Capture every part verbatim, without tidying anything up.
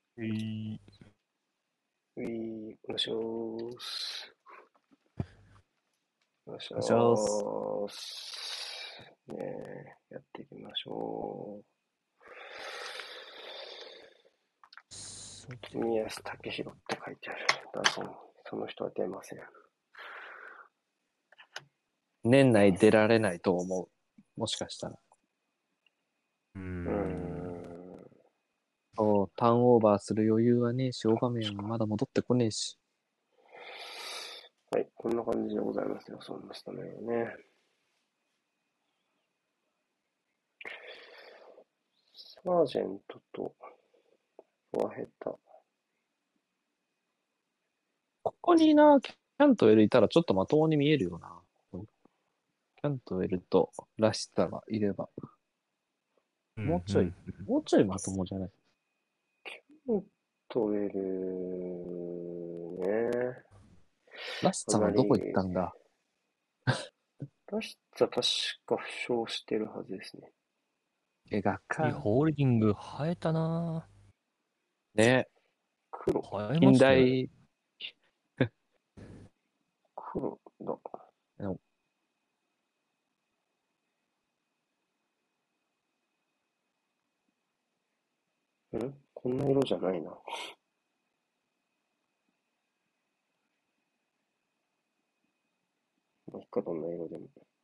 うい、 うい、お願いします。お願いしお願いします。 ます。ねえ、やっていきましょさて、 う。宮安武弘って書いてある。だそのその人は出ません。 年内出られないと思う。もしかしたら。 うーうーん。 ん。 そう、ターンオーバーする余裕はねえし、オーバーメンもまだ戻ってこねえし。 はい、こんな感じでございますよ。そんなスタメンはね。サージェントとフォアヘタ。 ここにな、キャントウェルいたらちょっとまともに見えるよな。キャントウェルとラシタがいれば。もうちょい、もうちょいまともじゃない。 トエルね。 ラシあんまり、 タはどこ行ったんだ？ ラシタ確か負傷してるはずですね。 怪我か。 ホールディング生えたなね。 黒、 ぁ。生えま近したよね。 代、 黒だ。 あのんこんな色じゃないな。まあ、いっか、どんな色でも。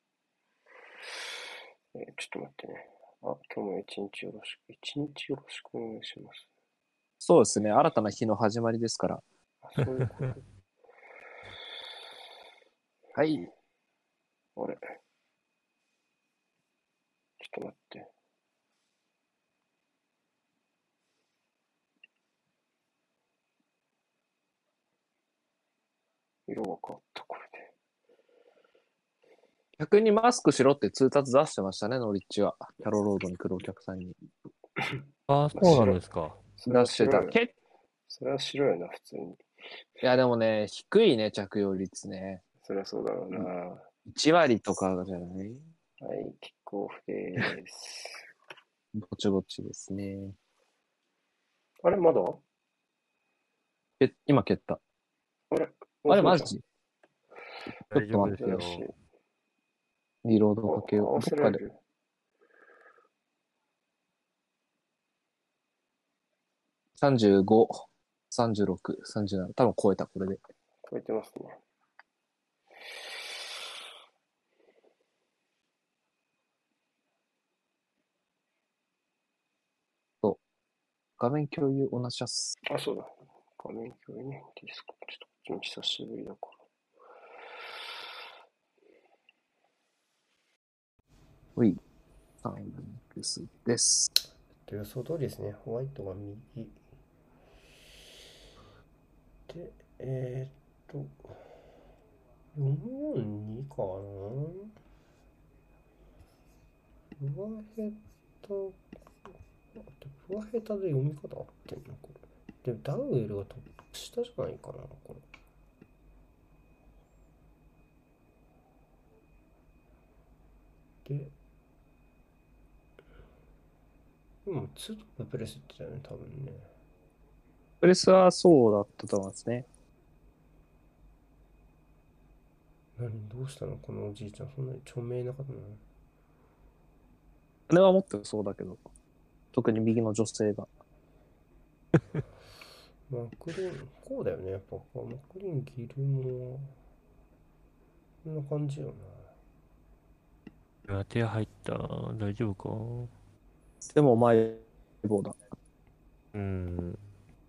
えーちょっと待ってね。あ、今日も一日よろしく、一日よろしくお願いします。 そうですね。新たな日の始まりですから。 あ、そういうこと。 はい。 あれ。ちょっと待って。色が変わった、これで。 逆にマスクしろって通達出してましたね、ノリッチは。キャロロードに来るお客さんに。 ああ、そうなんですか。 それは出してた。 白いよ。 けそれは白いよな、普通に。 いや、でもね、低いね、着用率ね。 そりゃそうだろうな。 いち割とかじゃない？ はい、キックオフでーす。 ぼちぼちですね。 あれ、まだけ今蹴った。 あれあれ、マじゃん。 ジちょっ大丈夫ですと待ってよ。 よ。 リロードかけよう。 合わどっかで。 せられる。 さんじゅうご、さんじゅうろく、さんじゅうなな。多分超えた、これで。 超えてますね。 そう。画面共有おなしゃす。 あ、そうだ。画面共有ね。ディスコ。ちょっとこっちも久しぶりだから。 うい。サンクスです。 予想通りですね。ホワイトが右。で、えー、っと、よんよんにかな。フワヘタ、フワヘタで読み方合ってんのこれ。で、ダウエルがトップ下じゃないかな、これ。で、今、ツートッププレスって言ったよね、多分ね。 プレスはそうだったと思いますね。 何どうしたのこのおじいちゃん。そんなに著名な方なの？ 金は持ってそうだけど。特に右の女性が。 マクリン、こうだよね、やっぱ。マクリン、ギルモア。こんな感じよな。 今手入った。大丈夫か。 でも、マイボーだ。 うーん。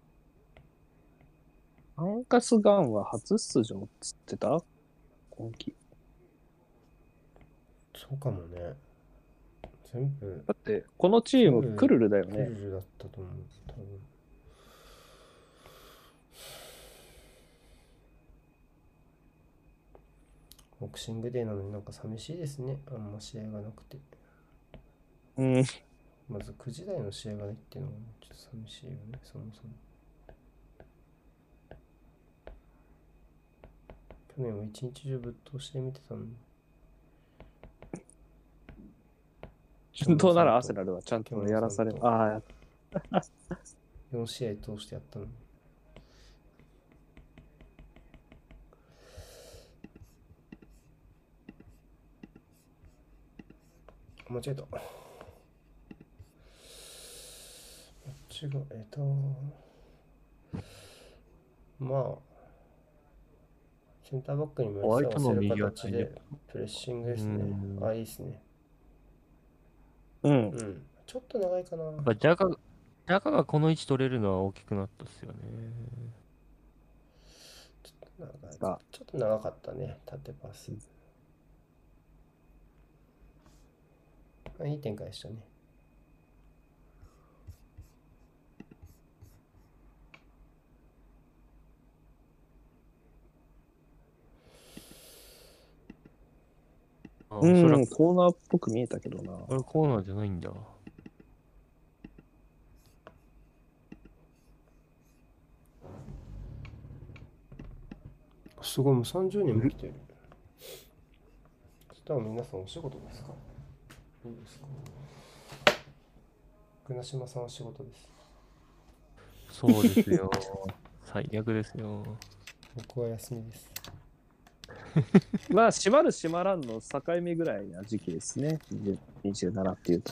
アンカスガンは初出場っつってた今季。 そうかもね。全部、 だって、このチーム、 全部クルルだよクね。 ルルだったと思う。多分。ボクシングデーなのになんか寂しいですね。あんま試合がなくて。 うん。 まずくじ台の試合がないっていうのがちょっと寂しいよね、そもそも。去年は一日中ぶっ通して見てたのに。 順当ならアセナルはちゃんとやらされる。ああ、 よん試合通してやったのに。間違えた。間違えた。まあ、センターバックにもホワイトの寄せる右は形でプレッシングですね。 うんあ、いいですね。 うんう。ん。ちょっと長いかな。 やっぱジャカ、ジャカがこの位置取れるのは大きくなったっすよね。 長いあちょっと長かったね、縦パス。あ、いい展開でしたね。 あ、 うん、 おそらく、 コーナーっぽく見えたけどな。 あれコーナーじゃないんだ。 すごい、もうさんじゅうにんも来てる。多分皆さんお仕事ですか？いいですか？船島さんは仕事です。 そうですよ。最悪ですよ。 僕は休みです。 まあ、閉まる閉まらんの境目ぐらいな時期ですね。にじゅうななっていうと。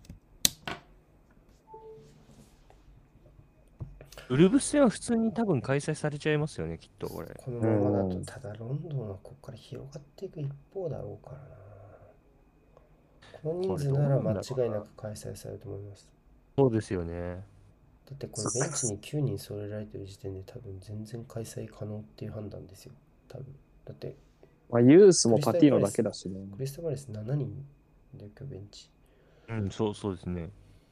ウルブス戦は普通に多分開催されちゃいますよね、きっとこれ。 このままだと、 うんただロンドンはここから広がっていく一方だろうからな。この人数なら間違いなく開催されると思います。 そうですよね。 だってこれベンチにきゅうにん揃えられてる時点で多分全然開催可能っていう判断ですよ。多分。だってまあ、ユースもパティーノだけだしね。 クリスタバレスしちにんで今日ベンチ。 うん、そうそうですね。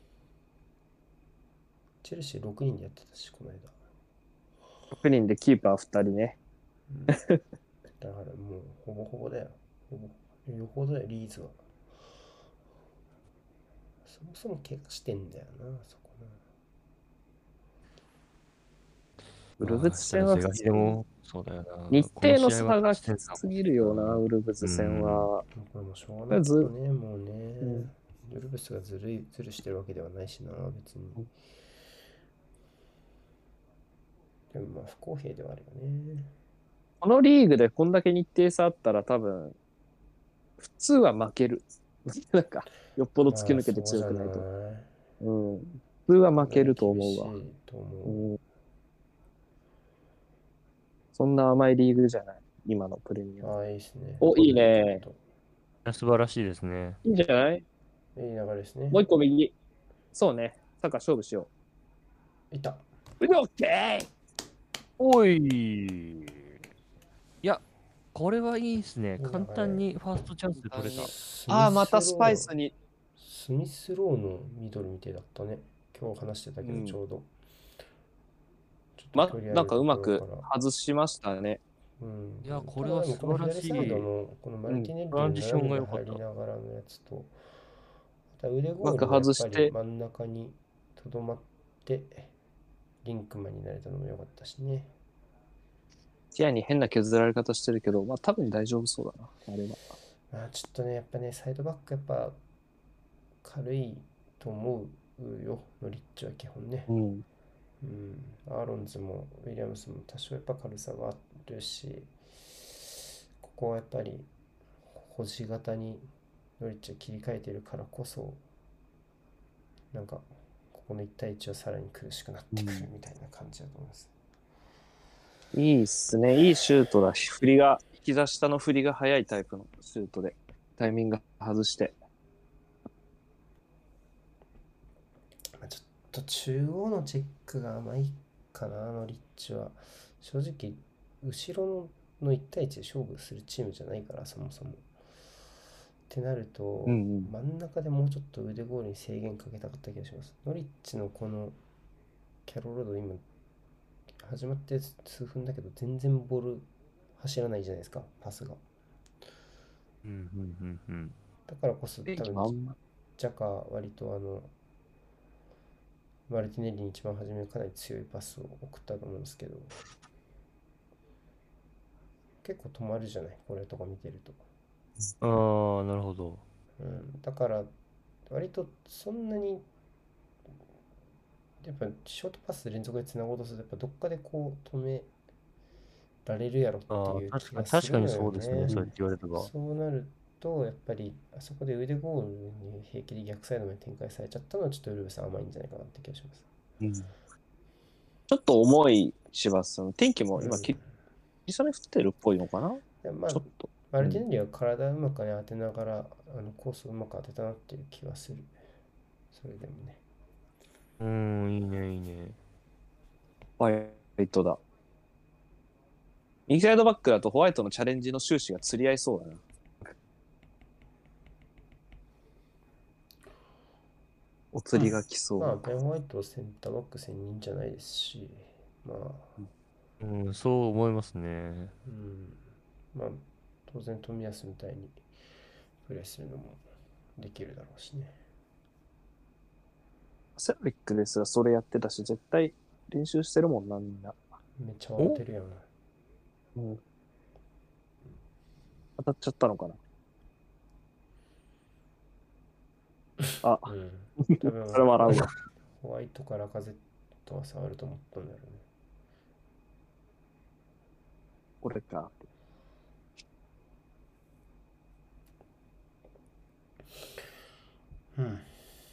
チェルシーろくにんでやってたし、この間。 ろくにんでキーパーふたりね。 うん、だからもうほぼほぼだよ。ほぼよほどだよ、リーズは。そもそも怪我してんだよな、そこな。 ウルブズ戦はまあ、でも、そうだよな。 日程の差がきこの試合は勝ち点差すぎるよな、ウルブズ戦は。 これもしょうがないけどね、もうね。 うんウルブスがずるい、ずるしてるわけではないしな、別に。でもまあ不公平ではあるよね。 このリーグでこんだけ日程差あったら多分、普通は負ける。なんか、よっぽど突き抜けて強くないと。 まあそうじゃない。 うん。普通は負けると思うわ。 厳しいと思う。 うん、そんな甘いリーグじゃない。今のプレミアム。 ああ、いいですね。 お、いいね。 素晴らしいですね。 いいんじゃない？ いい流れですね。 もう一個右。そうね。サッカー勝負しよいた。 う。オッケー。 おい。いや、これはいいですね。 いい流れ簡単にファーストチャンスで取れた。 ああ、またスパイスに。 に。 スミスローのミドルみてえだったね。今日話してたけど、 うんちょうど。ちょっまと距離あるなんかうまくところから外しましたね。 うん、 いやこれはただでもこの素晴らしい左サイドのこのマルティネッリトランジションがの良かった斜めに入りながらのやつと、あとは腕うまくゴールがやっぱ外してり真ん中にとどまってリンクマンになれたのも良かったしね。 ティアに変な削られ方してるけど、まあ多分大丈夫そうだな、あれは。 まあちょっとね、やっぱね、サイドバックやっぱ軽いと思うよ、ノリッチは基本ね。 うん。 うん、アーロンズもウィリアムスも多少やっぱ軽さがあるし、ここはやっぱり保持型にノリッチは切り替えてるからこそ、なんかここのいち対いちはさらに苦しくなってくるみたいな感じだと思います。 いいっすね。いいシュートだ。振りが、膝下の振りが速いタイプのシュートで、タイミング外して。 まあ、ちょっと中央のチェックが甘いかな、ノリッチは。正直、後ろのいち対いちで勝負するチームじゃないから、そもそも。ってなると、 うんうん真ん中でもうちょっと腕ゴールに制限かけたかった気がします。ノリッチのこのキャロロード、今、始まって数分だけど、全然ボール走らないじゃないですか、パスが。 うんうんうんうん。 だからこそ、多分、 まんまジャカ割とあの、マルティネッリに一番初めかなり強いパスを送ったと思うんですけど、結構止まるじゃない、これとか見てると。 ああ、なるほど。 うん、だから、割とそんなにやっぱショートパスで連続でつなごうとすると、やっぱどっかでこう止められるやろってああ、 いう気確かに、 がするの確かにそうですね。 よね。 そうやって言われれば。 そうなると、やっぱりあそこで腕ゴールに平気で逆サイドまで展開されちゃったのは、ちょっとウルブス甘いんじゃないかなって気がします。 うん、ちょっと重いします。天気も今、 うん、 霧雨降ってるっぽいのかな、 いやまあ、 ちょっと。 マルティネリは体うまく、ね、当てながらあのコースをうまく当てたなっていう気はする。それでもね。 うーん、いいね、いいね。 ホワイトだ。右サイドバックだとホワイトのチャレンジの終始が釣り合いそうだな。お釣りが来そう。 まあ、ベン・ホワイトセンターバック専任じゃないですし、まあ、 うん、そう思いますね。 うん、まあ、当然、冨安みたいにプレーするのもできるだろうしね。 セラリックですらそれやってたし、絶対練習してるもんな、みんな。 めっちゃ笑ってるやん。 うん、当たっちゃったのかな。あ、 うん。多分、 それ笑うわ。 ホワイトからカゼットは触ると思ったんだろこれか。 うね。うん。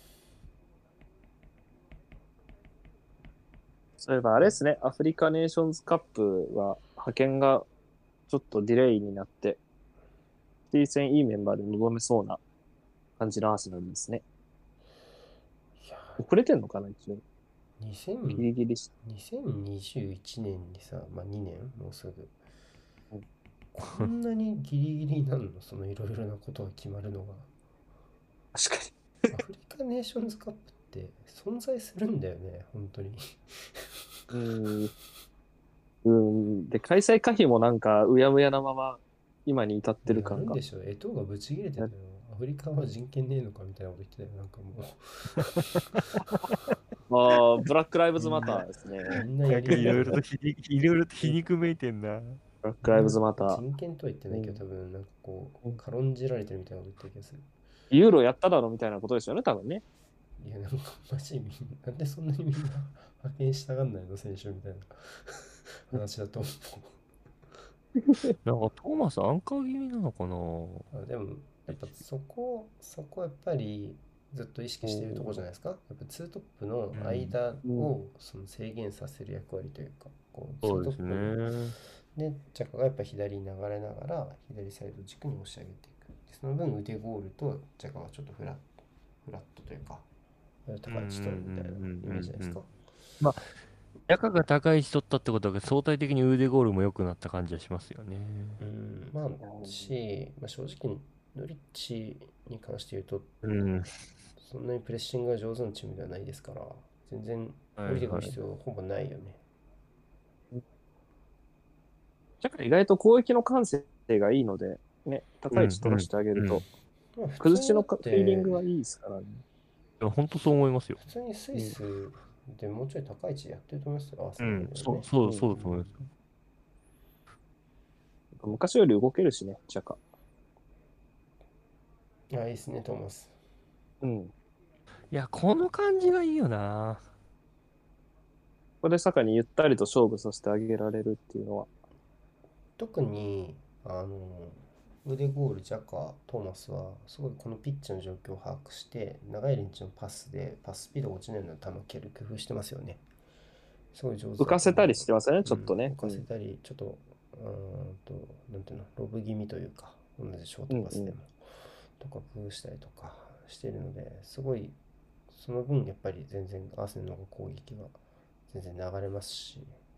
そういえばあれですね、アフリカネーションズカップは派遣がちょっとディレイになって、シーズンいいメンバーで臨めそうな感じのアーセナルですね。 いや、 遅れてんのかな、一応。ギ 2000 リギリし。 にせんにじゅういちねんにさ、まあにねんもうすぐ。 うんこんなにギリギリになるの、そのいろいろなことが決まるのが。 確かに。 アフリカネーションズカップって存在するんだよね、本当に。 うーん。うーん。で、開催可否もなんかうやむやなまま今に至ってるなる感が。 んでしょう、エトーがブチ切れてたよ。アフリカは人権ねえのかみたいなこと言ってたよ、なんかもああ、ブラックライブズマターですね。 う。みんななんかやり合いだよいろいろと皮肉、いろいろと皮肉めいてんな。 ブラックライブズマター。 人権とは言ってないけど、多分なんかこう、 うん軽んじられてるみたいなこと言ってる気がする。 ユーロやっただろみたいなことですよね、多分ね。 いや、なんかマジみんな、なんでそんなにみんな派遣したがんないの、選手みたいな話だと思なんかトーマスアンカー気味なのかな。 う。あ、でも、やっぱそこ、そこやっぱりずっと意識しているところじゃないですか。やっぱツートップの間うんをその制限させる役割というか、こうツーそうですトップね。 で、ジャカがやっぱ左に流れながら、左サイド軸に押し上げていく。でその分、腕ゴールとジャカがちょっとフラフラットというか、高い位置取るみたいなイメージじゃないですか。 まあ、ジャカが高い位置取ったってことは相対的に腕ゴールも良くなった感じはしますよね。 うん、まあ、し、まあ、正直、ノリッチに関して言うと、 うん。 そんなにプレッシングが上手なチームではないですから、全然降りてくる必要ほぼないよね。 だから意外と攻撃の感性がいいので、ね、高い位置取らせてあげると、 まあ、普崩し通にだっのフィーリンて、 グはいいですからね。 いや本当そう思いますよ。 普通にスイスでもうちょい高い位置でやってると思いますよ、アーセナルうん、そう、 ではね。 そう、そうだと思います。 昔より動けるしね、ジャカ。 あ、いいですね、トーマス。 うん。 いや、この感じがいいよな。 ここで坂にゆったりと勝負させてあげられるっていうのは。 特に、あの、腕ゴール、ジャカ、トーマスは、すごいこのピッチの状況を把握して、長いレンジのパスで、パススピードが落ちないような球蹴る工夫してますよね。すごい上手だと思う。 浮かせたりしてますよね、ちょっとね。 うん浮かせたり、ちょっと、うーんと、なんていうの、ロブ気味というか、同じショートパスでも、 うんうんとか工夫したりとかしているので、すごい、その分、やっぱり全然、アーセナルの方が攻撃が全然流れますし、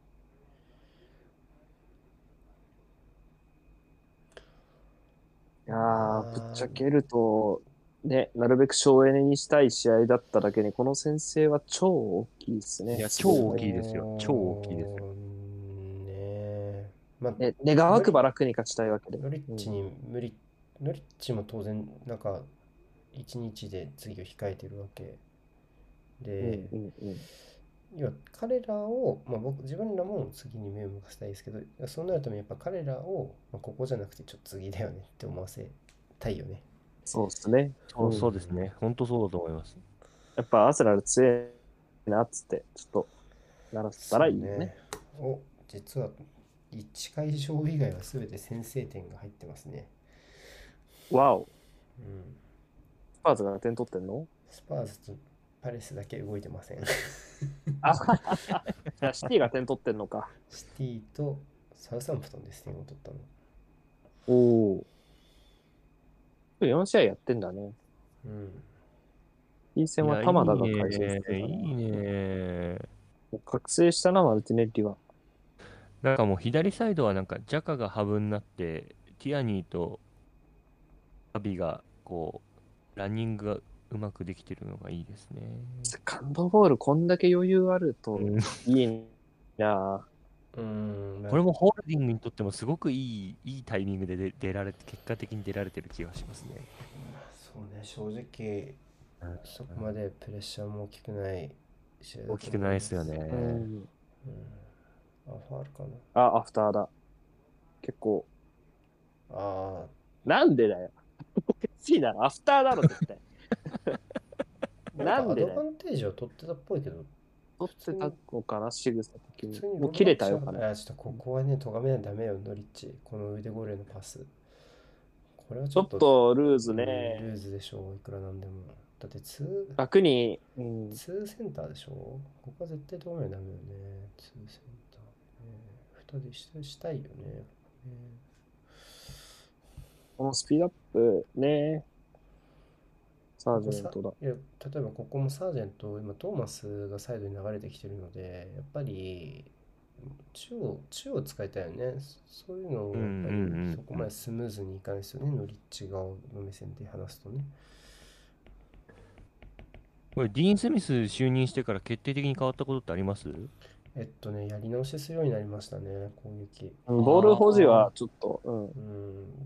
いやー、ぶっちゃけると、ね、なるべく省エネにしたい試合だっただけに、この先制は超大きいですね。 いや、超大きいですよ。超大きいですよ。 そうねえ。まあ、 ね、願わくば楽に勝ちたいわけで。 ノリッチに無理、ノリッチも当然、なんか、一日で次を控えてるわけで、 うんうんうん要は彼らを、まあ、僕自分らも次に目を向かせたいですけど、そうなるためにやっぱ彼らを、まあ、ここじゃなくてちょっと次だよねって思わせたいよね。 そうですね。 そう、そうですね。本当そうだと思います。 やっぱアーセナル強いなっつって、ちょっと、鳴らせたらいいよね。 そうお、実はいち会場以外は全て先制点が入ってますね。 わお。 うん。 スパーズが点取ってんの？ スパーズとパレスだけ動いてません。 あ、じゃあシティが点取ってんのか。 シティとサウサンプトンです、点を取ったの。 おお。よん試合やってんだね。 うん。 いい戦いや、いは玉田いが解説ねしてたな。 いいね覚醒したな、マルティネッリは。 なんかもう左サイドはなんかジャカがハブになって、ティアニーとアビがこう、ランニングがうまくできてるのがいいですね。 セカンドボールこんだけ余裕あるとうんいいな。 うーん、 これもホールディングにとってもすごくいい、いいタイミングで出出られて、結果的に出られてる気がしますね。 そうね、正直、 うんそこまでプレッシャーも大きくない試合だと思います。 大きくないですよね。 うん。 うん。あ、ファールかあ、アフターだ。結構。 な。あなんでだよ。おかしいだろ。アフターだろ、絶対。 あ、 なんでだよ。 アドバンテージは取ってたっぽいけど、 取ってたのかな、仕草的に。 普通にもう切れたよかな。 あ、ちょっとここはね、とがめないとダメよ、ノリッチ。この腕ゴールへのパス。これはちちょっょっと、 とルーズうん、ルね。 ーズでしょう、いくらなんでも。だってツー、 楽に、うん、 ツーセンターでしょ。ここは絶対とがめないとダメよね。ツーセンター。えー、二人したしたいよね。えこのスピードアップね。サージここさェントだ。 いや、例えばここもサージェント、今トーマスがサイドに流れてきてるので、やっぱり中央、中央使いたいよね。そそういうのをうんやっぱりうんうんそこまでスムーズにいかないですよね。ノリッチ側の目線で話すとね。 これ、ディーン・スミス就任してから決定的に変わったことってあります？ えっとね、やり直しするようになりましたね、攻撃。 うんボール保持はちょっと、うん。 うん、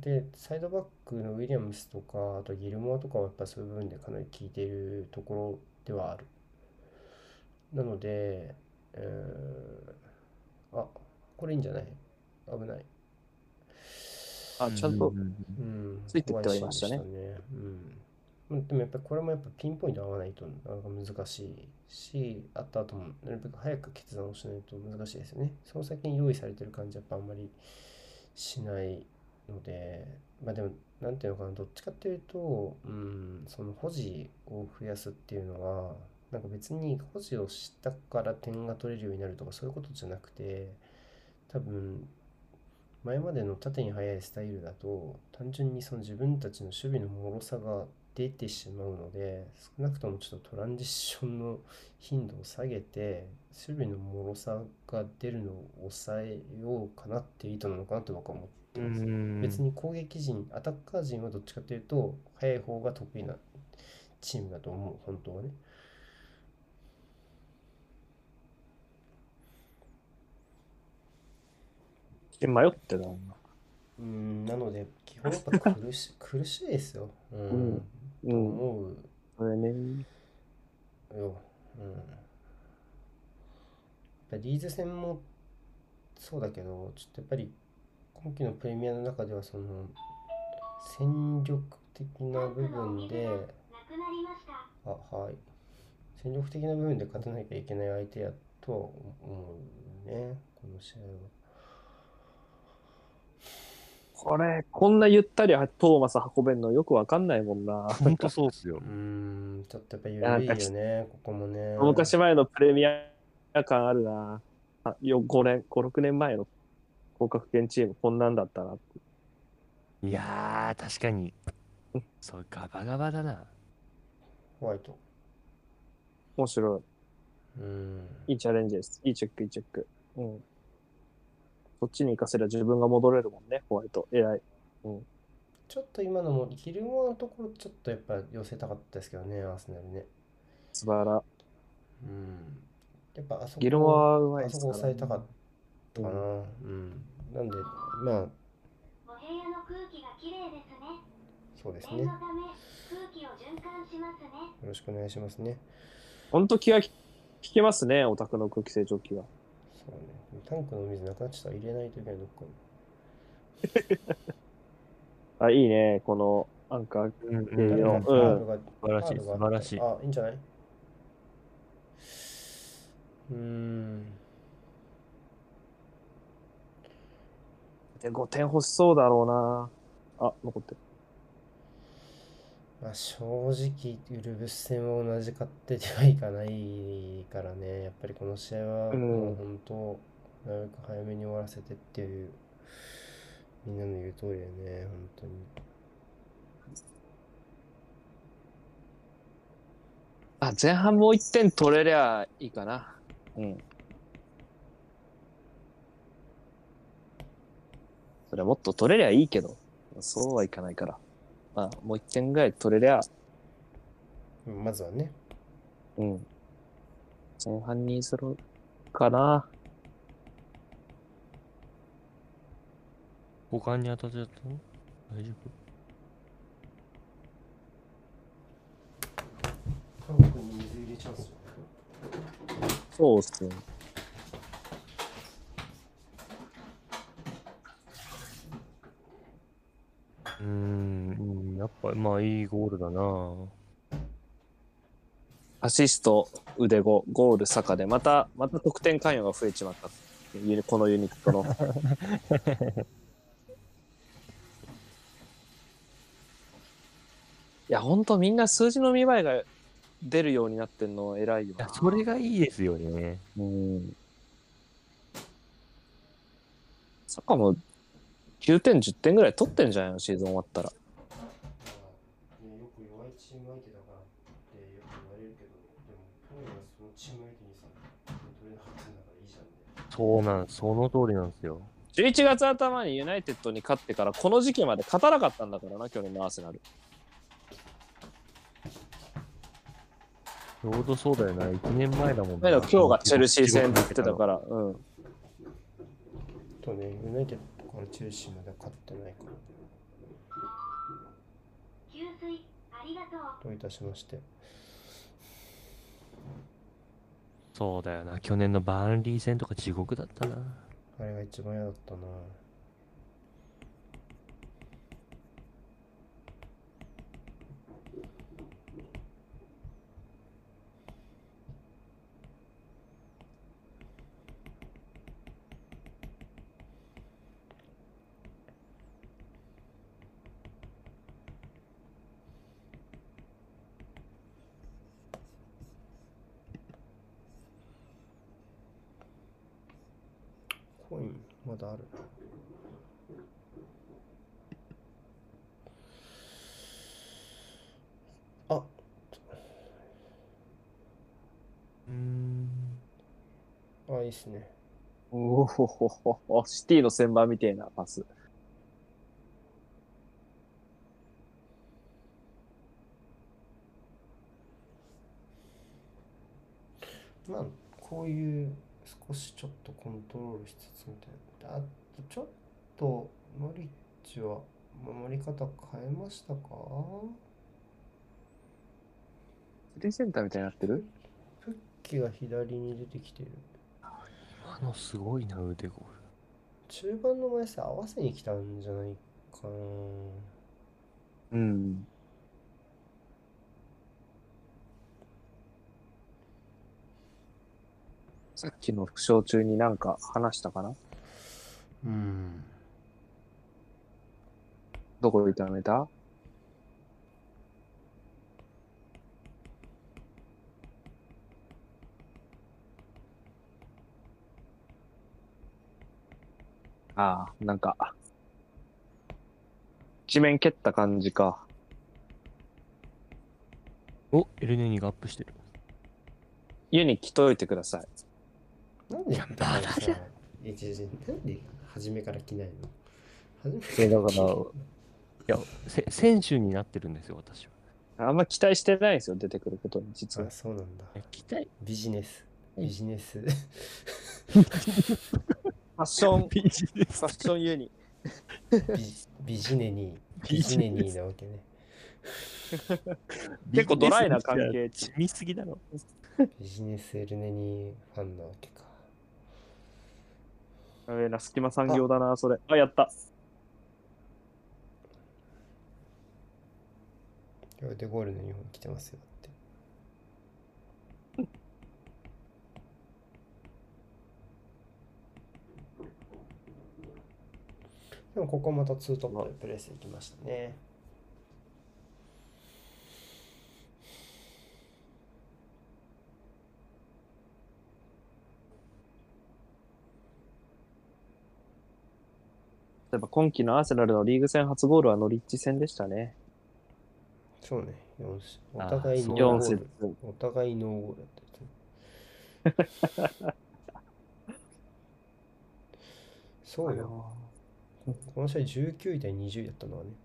で、サイドバックのウィリアムスとか、あとギルモアとかはやっぱそういう部分でかなり効いているところではある。なので、えーあ、これいいんじゃない？危ない。 あ、ちゃんとうん、 ついてってはいましたね怖いシーンでしたね。うん。でもやっぱりこれもやっぱピンポイント合わないとなかなか難しいし、あった後もなるべく早く決断をしないと難しいですよね。その先に用意されてる感じはやっぱあんまりしないので、まあでも、なんていうのかな、どっちかっていうと、うん、その保持を増やすっていうのは、なんか別に保持をしたから点が取れるようになるとかそういうことじゃなくて、多分前までの縦に速いスタイルだと単純にその自分たちの守備の脆さが出てしまうので、少なくともちょっとトランジションの頻度を下げて守備の脆さが出るのを抑えようかなっていう意図なのかなと僕は思ってうます。別ん。 に攻撃陣、アタッカー陣はどっちかというと速い方が得意なチームだと思う、本当はね。 え迷ってたな。 うん、なので基本やっぱ苦し苦しいですよ。ううんん、とうん。 思うそれね。 よ。うん。やっぱリーズ戦もそうだけど、ちょっとやっぱり今季のプレミアの中ではその戦力的な部分で、あ、はい。戦力的な部分で勝たなきゃいけない相手やとは思うね、この試合は。 これ、こんなゆったりトーマス運べんのよくわかんないもんな。 ほんとそうっすよう。ーん、ちょっとやっぱなんか緩いよね、ここもね。 昔前のプレミア感あるな。あ、よ、ごねん、ご、ろくねんまえの降格圏チームこんなんだったな。 いやー、確かに。そう、ガバガバだな。 ホワイト。 面白うーん。 い。いいチャレンジです。いいチェック、いいチェック。うん。そっちに行かせりゃ自分が戻れるもんね、ホワイト。偉い。うん。 ちょっと今のも、ギルモアのところちょっとやっぱ寄せたかったですけどね、アーセナルね。 素晴ら。 うん。やっぱあそこ、 ギルモアはうまいあそこですからね。 抑えたかったかな。うん。なんで、まあ、 お部屋の空気がきれいですね。 そうですね。よ念のため空気を循環しますね。 ろしくお願いしますね。 ほんと気が利きますね、オタクの空気清浄機が。 そうね。タンクの水なくなっちゃったら入れないといけない、どっかに。 あ、いいね、このアンカーうんうん系の。 誰かフうん。 ァールが、 素晴らしい、 ファールがあった素晴らしい。 あ、いいんじゃない？ うーん。 で、ごてん欲しそうだろうな。あ、残ってる。 まあ正直、ウルブス戦は同じ勝手ではいかないからね。やっぱりこの試合はうんもう本当、なるべく早めに終わらせてっていう、みんなの言う通りだよね、本当に。 あ、前半もういってん取れりゃいいかな。うん。それはもっと取れりゃいいけど、そうはいかないから。まあ、もういってんぐらい取れりゃ、 まずはね。 うん。前半にゼロかな。 股間に当たっちゃったの大丈韓国に水入れちゃうんすよ。 そうっすね。 夫？うーん、やっぱまあいいゴールだな。 アシスト、腕ご、ゴール、坂で、また、また得点関与が増えちまった。ユニこのユニットの。いや、ほんとみんな数字の見栄えが出るようになってんの偉いよな。 いや、それがいいですよね。 うん。坂もきゅうてん、じゅってんぐらい取ってんじゃないのシーズン終わったら。 まあね、よく弱いチーム相手だからってよく言われるけど、でも去年はそのチーム相手にさ、取れなかったんだからいいじゃんね。 そうなん、その通りなんですよ。 じゅういちがつ頭にユナイテッドに勝ってからこの時期まで勝たなかったんだからな、去年のアーセナル。 ちょうどそうだよな、いちねんまえだもんだけど今日がチェルシー戦って言ってたから、うん。 とね、ユナイテッドからチェルシーまで勝ってないから。 給水ありがとう。 どういたしまして。 そうだよな、去年のバーンリー戦とか地獄だったな。 あれが一番嫌だったな。コインまだある。あ、 うーん。 あ、いいっすね。 おほほほほ、シティの旋盤みたいなパス。 まあ、こういう少しちょっとコントロールしつつみたいな。あとちょっとノリッチは守り方変えましたか？ スリーセンターみたいになってる？ フッキが左に出てきてる。 今のすごいな、腕ゴール。 中盤の枚数合わせに来たんじゃないかな。 うん。さっきの副賞中になんか話したかな？ うん。 どこ痛めた？ああ、なんか、地面蹴った感じか。 お、エルネニがアップしてる。 家に来といてください。 なんでだからさ、 いやいちいちなんで初めから着ないの？初めえ、だから、い着ないや、せ選手になってるんですよ、私は。 あんま期待してないんですよ、出てくることに、実は。 あ、そうなんだ。 え、期待ビジネス。 うんビジネス。 ファッション、フビジネスァッションユニ。 ビビジネニー。ビジネニーなわけね。 結構ドライな関係値。 地味すぎだろ。 ビジネスエルネニーファンなわけか。 やべえな、隙間産業だな、それ。あ、やった。 でゴールの日本来てますよって。 でもここまたツートップでプレスいきましたね。 例えば今季のアーセナルのリーグ戦初ゴールはノリッチ戦でしたね。 そうね、よんしおあー互いノー 4 ゴー節ル。。お互いノーゴールだったやつ。そうよ。この試合じゅうきゅうい対にじゅうやったのはね、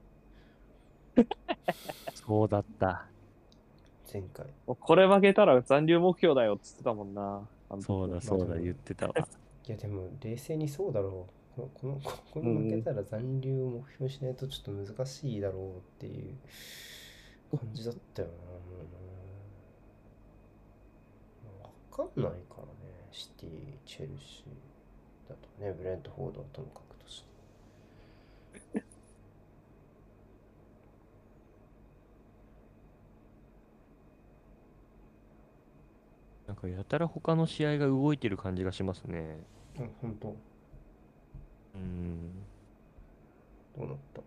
そうだった。 前回。 もうこれ負けたら残留目標だよっつってたもんな。あの時そうだそうだ、 まあでも言ってたわ。 いやでも冷静にそうだろう。このこのここに負けたら残留を目標にしないとちょっと難しいだろうっていう感じだったよな。もうわかんないからね。シティ、チェルシーだとね、ブレントフォードはともかくとして。 なんかやたら他の試合が動いてる感じがしますね。 うん、本当。 うん。 どうなった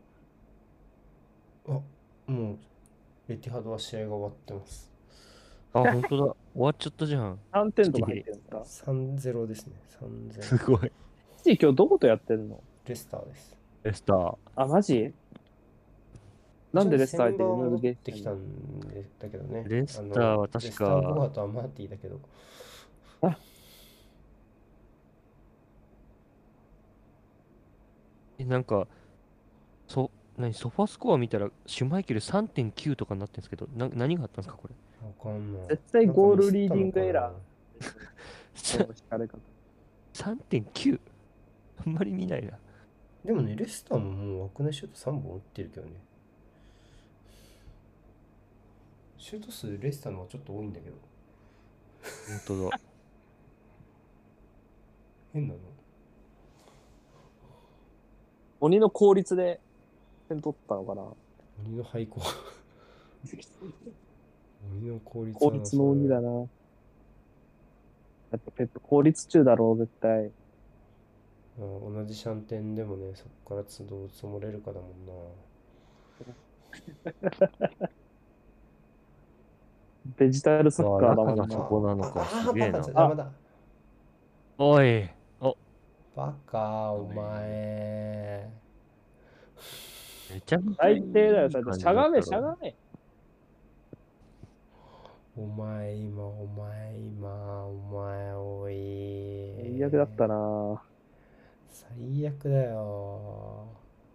あ、もう、レティハドは試合が終わってます。 あ、本当だ。終わっちゃったじゃん。 さんてんとか入ってるんですか？ さんたいゼロですね。さんたいゼロ。 すごい。 シティ今日どことやってんの？ レスターです。 レスター。 あ、マジ？なんでレスターってセンバーノルゲ戻ってきたんでだけどね。 レスターあのは確かレスター・ボアとアマーティだけど。 え、なんか、そ、何、ソファスコア見たら、シュマイケルさんてんきゅうとかになってるんですけど、な、何があったんですか、これ。 わかんない。 絶対ゴールリーディングなんかミスったのかなエラー。この引かれ方。 さんてんきゅう? あんまり見ないな。 でもね、レスターももう枠内シュートさんぼん打ってるけどね。シュート数レスターの方がちょっと多いんだけど。 本当だ。 変なの。 鬼の効率で点取ったのかな。 鬼の廃校。鬼の効率効率の鬼だな。やっぱペップ効率中だろう、絶対。 あ同じシャンテンでもね、そこから都度積もれるかだもんな。 デジタルサッカーだもんな。 あそこなのかああすげえなバカ邪魔だ。 おい。お、 バカ、お前。 めちゃくちゃ最低だよ、それ感じしゃがめ、 だったろしゃがめ。 お前今、お前今、お前おい。 最悪だったな。 最悪だよ。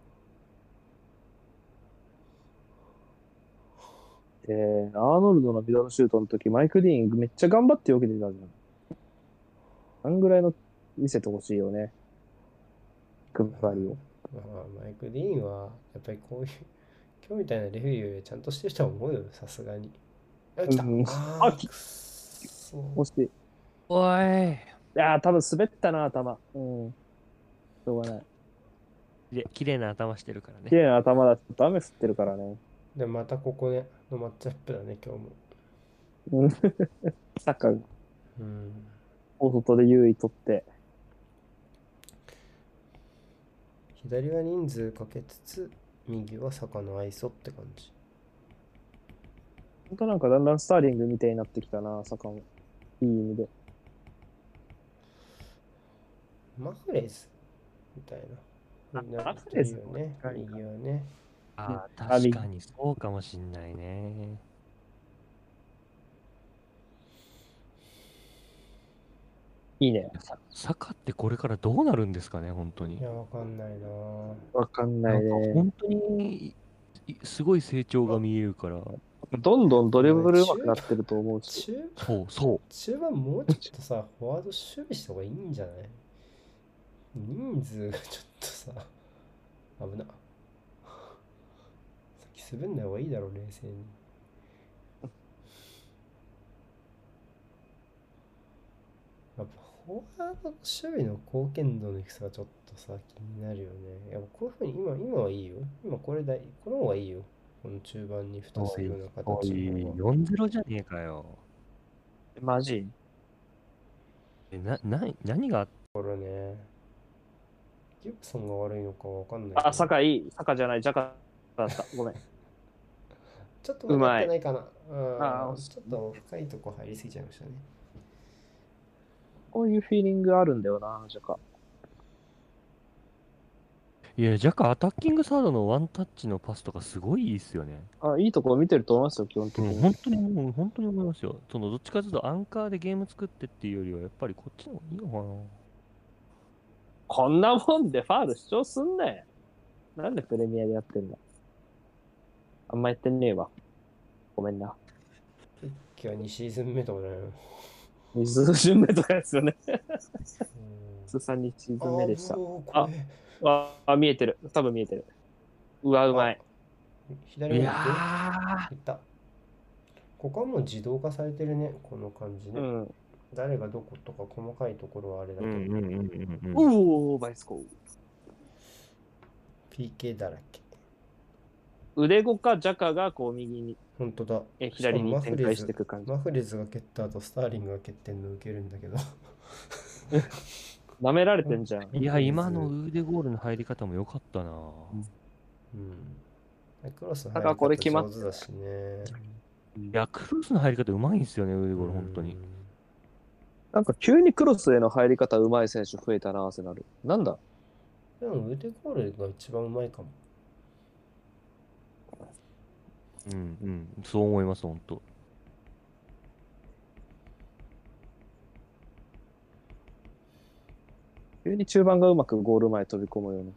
えー、アーノルドのミドルシュートの時、マイク・ディーンめっちゃ頑張ってよけてたじゃん。あんぐらいの見せてほしいよね。クッパリを。 まあ、マイク・ディーンは、やっぱりこういう、今日みたいなレフェリーよりちゃんとしてるとは思うよ、さすがに。あ、来た。 うんあー、 あきくっそ。 もし、いおい。 やー、多分滑ったな、頭。うん。しょうがない。 で、綺麗な頭してるからね。 綺麗な頭だ。ちょっと雨降ってるからね。 で、またここでのマッチアップだね、今日も。 うんサッカーがうん。 大外で優位取って。 左は人数かけつつ、右は坂の愛想って感じ。 ほんとなんかだんだんスターリングみたいになってきたな、坂も。いい意味で。 マフレーズみたいな。 あみんなマフレーズ言ってるよね。 近いか右はね。 ああ、 あ確かにそうかもしんないね。 いいね。 さ坂ってこれからどうなるんですかね、本当に。 いや、わかんないなぁ。 わかんなないんかね。 本当にいすごい成長が見えるから。 どんどんドリブル上手くなってると思うし。 中そうそう。 中盤もうちょっとさ、フォワード守備した方がいいんじゃない？人数がちょっとさ、危な。さっき滑んない方がいいだろ、冷静に。やっぱフォワードの守備の貢献度の低さがちょっとさ、気になるよね。いやこういうふうに今、今はいいよ。今これだい、この方がいいよ。この中盤にふたするようなお形い、 の方が。 よんたいゼロじゃねえかよ。 マジえ、な、な、何があっこれね。 ギブソンが悪いのかわかんないけど。 あ、坂いい。坂じゃない、ジャカだった。ごめん。 ちょっと分かってないかな。 あーあーちょっと深いとこ入りすぎちゃいましたね。 こういうフィーリングあるんだよな、ジャカ。 いや、ジャカアタッキングサードのワンタッチのパスとかすごいいいっすよね。 あ、いいところ見てると思いますよ、基本的うん、 に。 本当にもう、本当に思いますよ。その、どっちかというとアンカーでゲーム作ってっていうよりは、やっぱりこっちの方がいいのかな。 こんなもんでファール主張すんねなんでプレミアでやってんだあんまやってねえわ。ごめんな。 今日はにシーズン目とかじゃないの。 水順目とかですよね。 うん通算にシーズン目でしたあ。ーもうこあれあ、あ、見えてる。多分見えてる。うわ、うまい。 左に行いやく行った。ここはもう自動化されてるね、この感じね。 うん。 誰がどことか細かいところはあれだー。 けど、 うんうんうんうんうん。 うおー、バイスコー。 ピーケー だらけ。 腕後かジャカがこう右に、 本当だ。 え左にしかもマフレズ展開していく感じ。 マフレズが蹴った後、スターリングが蹴ってんの受けるんだけど。 舐められてんじゃん。 いや、今の腕ゴールの入り方も良かったな。 うん。クロスのなんかこれ決まっ上手だしね。 いや、クロスの入り方うまいんですよね、腕ゴール、本当に。 なんか急にクロスへの入り方うまい選手増えたな、アーセナル。なんだでも腕ゴールが一番うまいかも。 うんうん、そう思います、本当。 急に中盤がうまくゴール前飛び込むようになって。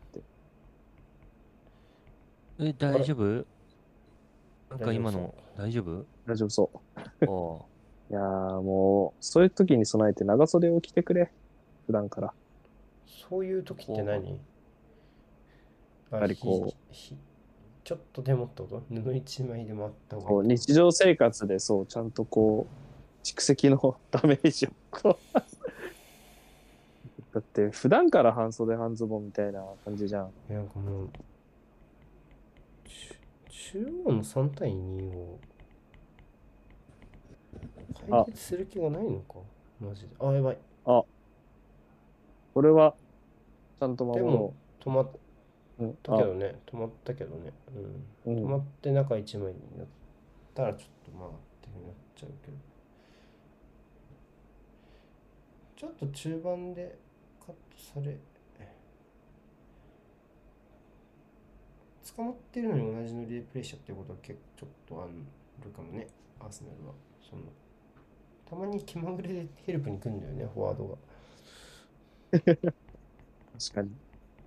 え、大丈夫なんか今大丈夫の、大丈夫大丈夫そう。 ああ。 いやーもう、そういう時に備えて長袖を着てくれ。普段から。 そういう時って何やはりこう。ひちょっとでもってこと布一枚でもあった方がいいこう日常生活でそう、ちゃんとこう、蓄積のダメージをこう。だって普段から半袖半ズボンみたいな感じじゃん。 いやなんかもう、中中央のさん対にを解決する気がないのかマジで。あ、やばい。 あ、これは、ちゃんと守ろでも、止まっう。うん、 たけどね、止まったけどね。うん。 うん止まって中一枚になったらちょっとまあっていうふうになっちゃうけど。ちょっと中盤でカットされ、捕まってるのに同じのリプレイしちゃってることは結構ちょっとあるかもね、アーセナルは。そのたまに気まぐれでヘルプに来るんだよね、フォワードが。 確かに。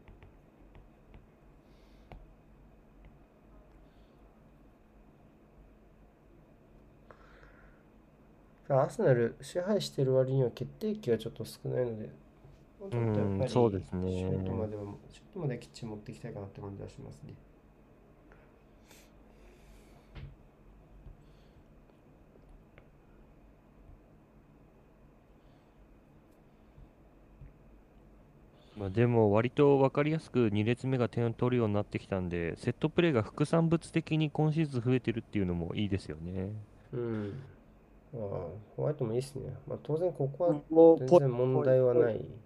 アーセナル支配してる割には決定機がちょっと少ないので、もうちょっとやっぱりシそうですねョートまでは、ショートまできっちり持っていきたいかなって感じはしますね。 まあ、でも、割と分かりやすくに列目が点を取るようになってきたんで、セットプレーが副産物的に今シーズン増えてるっていうのもいいですよね。 うん。まあ、ホワイトもいいっすね。まあ当然ここはもう全然問題はない。 い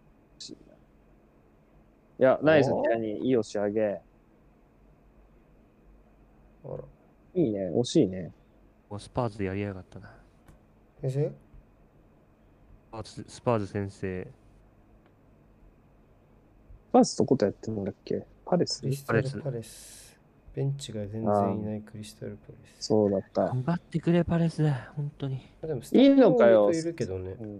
や、ナイス、 おーティアニー、いい押し上げ。 あら。 いいね、惜しいね。 もうスパーズでやりやがったな。 先生スパーズスパーズ先生。 パースどことやってるんだっけパレスクリスタルパレス。ベンチが全然いないクリスタルパレス。 そうだった。 頑張ってくれ、パレス。本当に。 あでもスいいのかよタッフもいるけどね。 うん。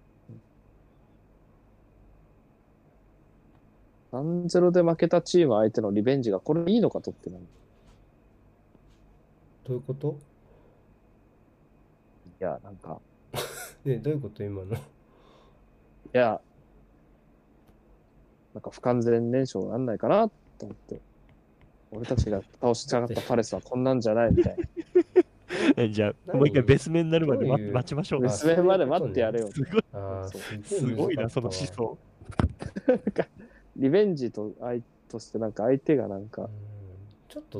さんたいゼロ で負けたチーム相手のリベンジがこれいいのか取ってない。 どういうこといや、なんか、 ねどういうこと今の。 いや、なんか不完全燃焼なんないかなと思って。俺たちが倒しちゃったパレスはこんなんじゃないみたいな。 えじゃあ、 何もう一回別名になるまで待どういう待ちましょう。 別名まで待ってやれよ。 すごい、 ああ、 そうすすごいな、 難かそのったわ思想。 リベンジと相としてなんか相手がなんかうん、ちょっと、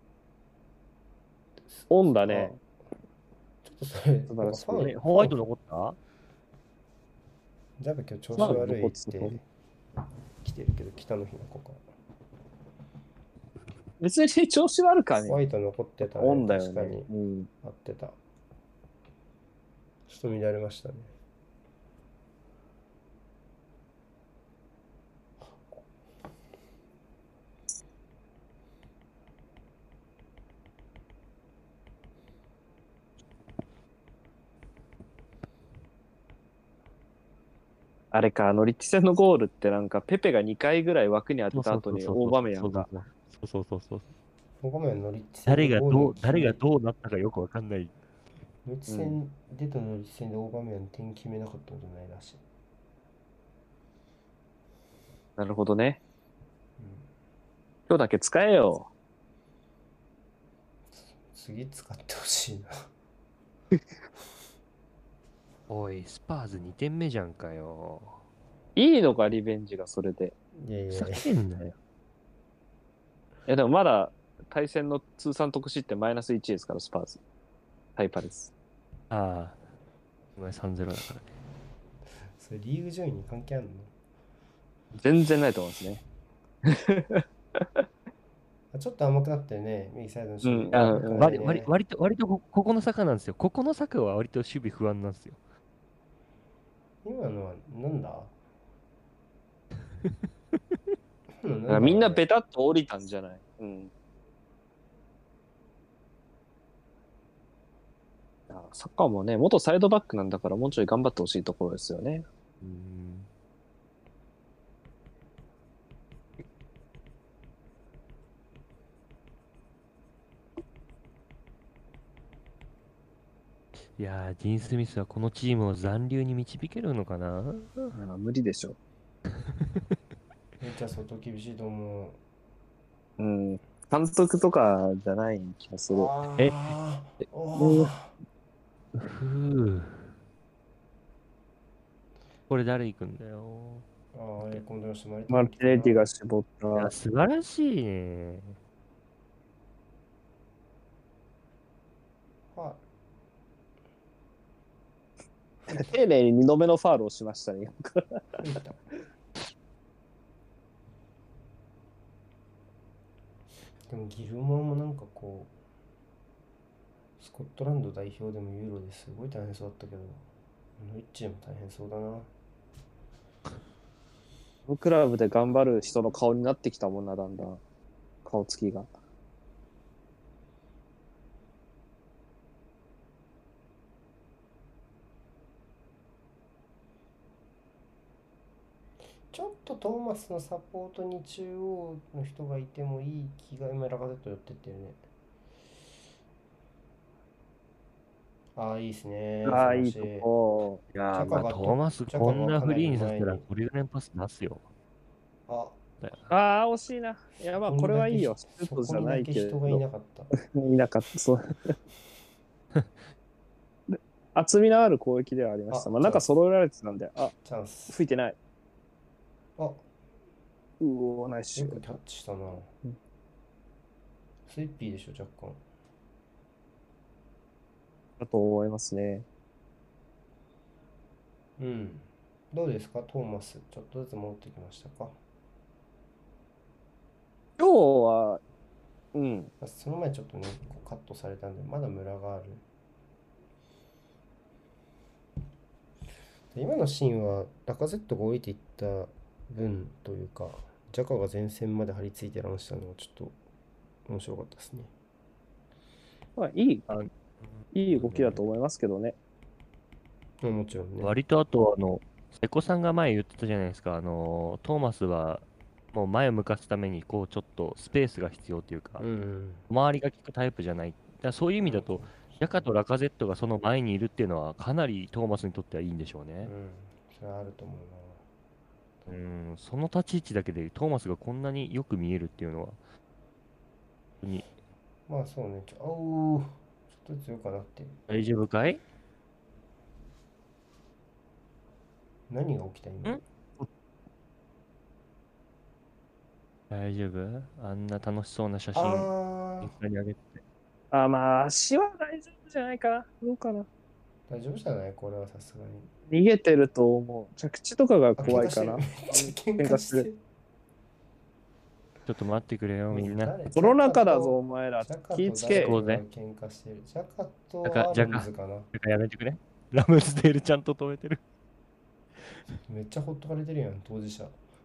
オンだね。 ちょっとそれ、 素晴らしいなんかファンえホワイト残ったジャブ今日調子悪いってまあ残ってきてるけど、北の日の子か。 別に調子悪かね。 ホワイト残ってたね。 オンだよ確かにね。うん。 合ってた。ちょっと乱れましたね。 あれか、ノリッチ戦のゴールってなんか、ペペがにかいぐらい枠に当てた後にそうそうそうそう大場面が。 そうそうそうそう。 ここまでノリッチ戦誰がでゴールどう、誰が決どうなったかよくわかんない。 めノリッチ戦、出たノリッチ戦で大場面点決めなかったことないらしい。 なるほどね。 うん、 今日だけ使えよ。 次使ってほしいな。 おい、スパーズにてんめじゃんかよ。 いいのか、リベンジがそれで。 いやいやふざけんなよ。 いや、でもまだ対戦の通算得失点マイナスいちですから、スパーズ。タイパです。 ああ、お前さんたいゼロだからね。 それリーグ上位に関係あるの？ 全然ないと思いますね。 ちょっと甘くなってるね、右サイドの守備。 うんあうんうん割割割と、割とこここの坂なんですよ。ここの坂は割と守備不安なんですよ。 今のはなんだうんだからみんなベベタっと降りたんじゃない。うん。サッカーもね、元サイドバックなんだからもうちょい頑張ってほしいところですよね。 うーん。いやー、ジン・スミスはこのチームを残留に導けるのかな。 ああ無理でしょ。 めっちゃ相当厳しいと思う。 うん。監督とかじゃない気がする。 えあーえおーふぅ。これ誰行くんだよ。 あー、え今度の人マリマルティネッティが絞った。 いや、素晴らしいね。 は丁寧ににどめのファールをしましたね。 い、吹いた。でもギルモアもなんかこう、スコットランド代表でもユーロですごい大変そうだったけど、ノイッチでも大変そうだな。 このクラブで頑張る人の顔になってきたもんな、だんだん。顔つきが。 ちょっとトーマスのサポートに中央の人がいてもいい気が、今ラカゼット寄ってってるね。ああ、いいですね。 ああ、いい素晴らしとこ。 いやー、 ジャカがまあ、トーマスジャカがこんなフリーにさせたらかなり前にゴリラ連パス出すよ。 あ、 ああ、惜しいな。いや、まあ、これはいいよ。シュートじゃそこにだないけど。 け人がいなかった。 いなかった。そう。厚みのある攻撃ではありました。 あまあ、なんか揃えられてたんで、あ、 チャンス。 吹いてない。 あ、 うおー、ナイスシよくュート。 キャッチしたな。 うんスイッピーでしょ、若干。 だと思いますね。 うん。どうですか、トーマス。ちょっとずつ戻ってきましたか。 今日は、うん。 その前ちょっとね、こうカットされたんで、まだムラがある。今のシーンは、ラカゼットが降りていった分というか、ジャカが前線まで張り付いてランしたのはちょっと面白かったですね。 まあ、いいあ、 いい動きだと思いますけどね。 まあもちろんね。 割とあと、あの、瀬古さんが前言ってたじゃないですか。あの、トーマスはもう前を向かすために、こう、ちょっとスペースが必要というか、 うんうん。 周りが効くタイプじゃない。だからそういう意味だと、ジャカとラカゼットがその前にいるっていうのは、かなりトーマスにとってはいいんでしょうね。 うん、それはあると思うな。 うん、その立ち位置だけでトーマスがこんなによく見えるっていうのは、本当にまあそうね、ちょ、おー、ちょっとずつ良くなってる。 大丈夫かい？ 何が起きた今？ ん大丈夫？あんな楽しそうな写真、インあスタに上げて。 あ、まあ、足は大丈夫じゃないかな。どうかな。 ー、大丈夫じゃないこれはさすがに。 逃げてると思う。着地とかが怖いかな。 あ喧嘩してるめっちゃ喧嘩してる。 ちょっと待ってくれよ、みんな。 誰コロナ禍だぞ、お前らジャカ。と気ぃつけ。 誰が喧嘩してる。ジャカとジャカアーロンズかな。 なんかやめてくれ。ラムスデールちゃんと止めてる。 めっちゃほっとかれてるやん、当事者。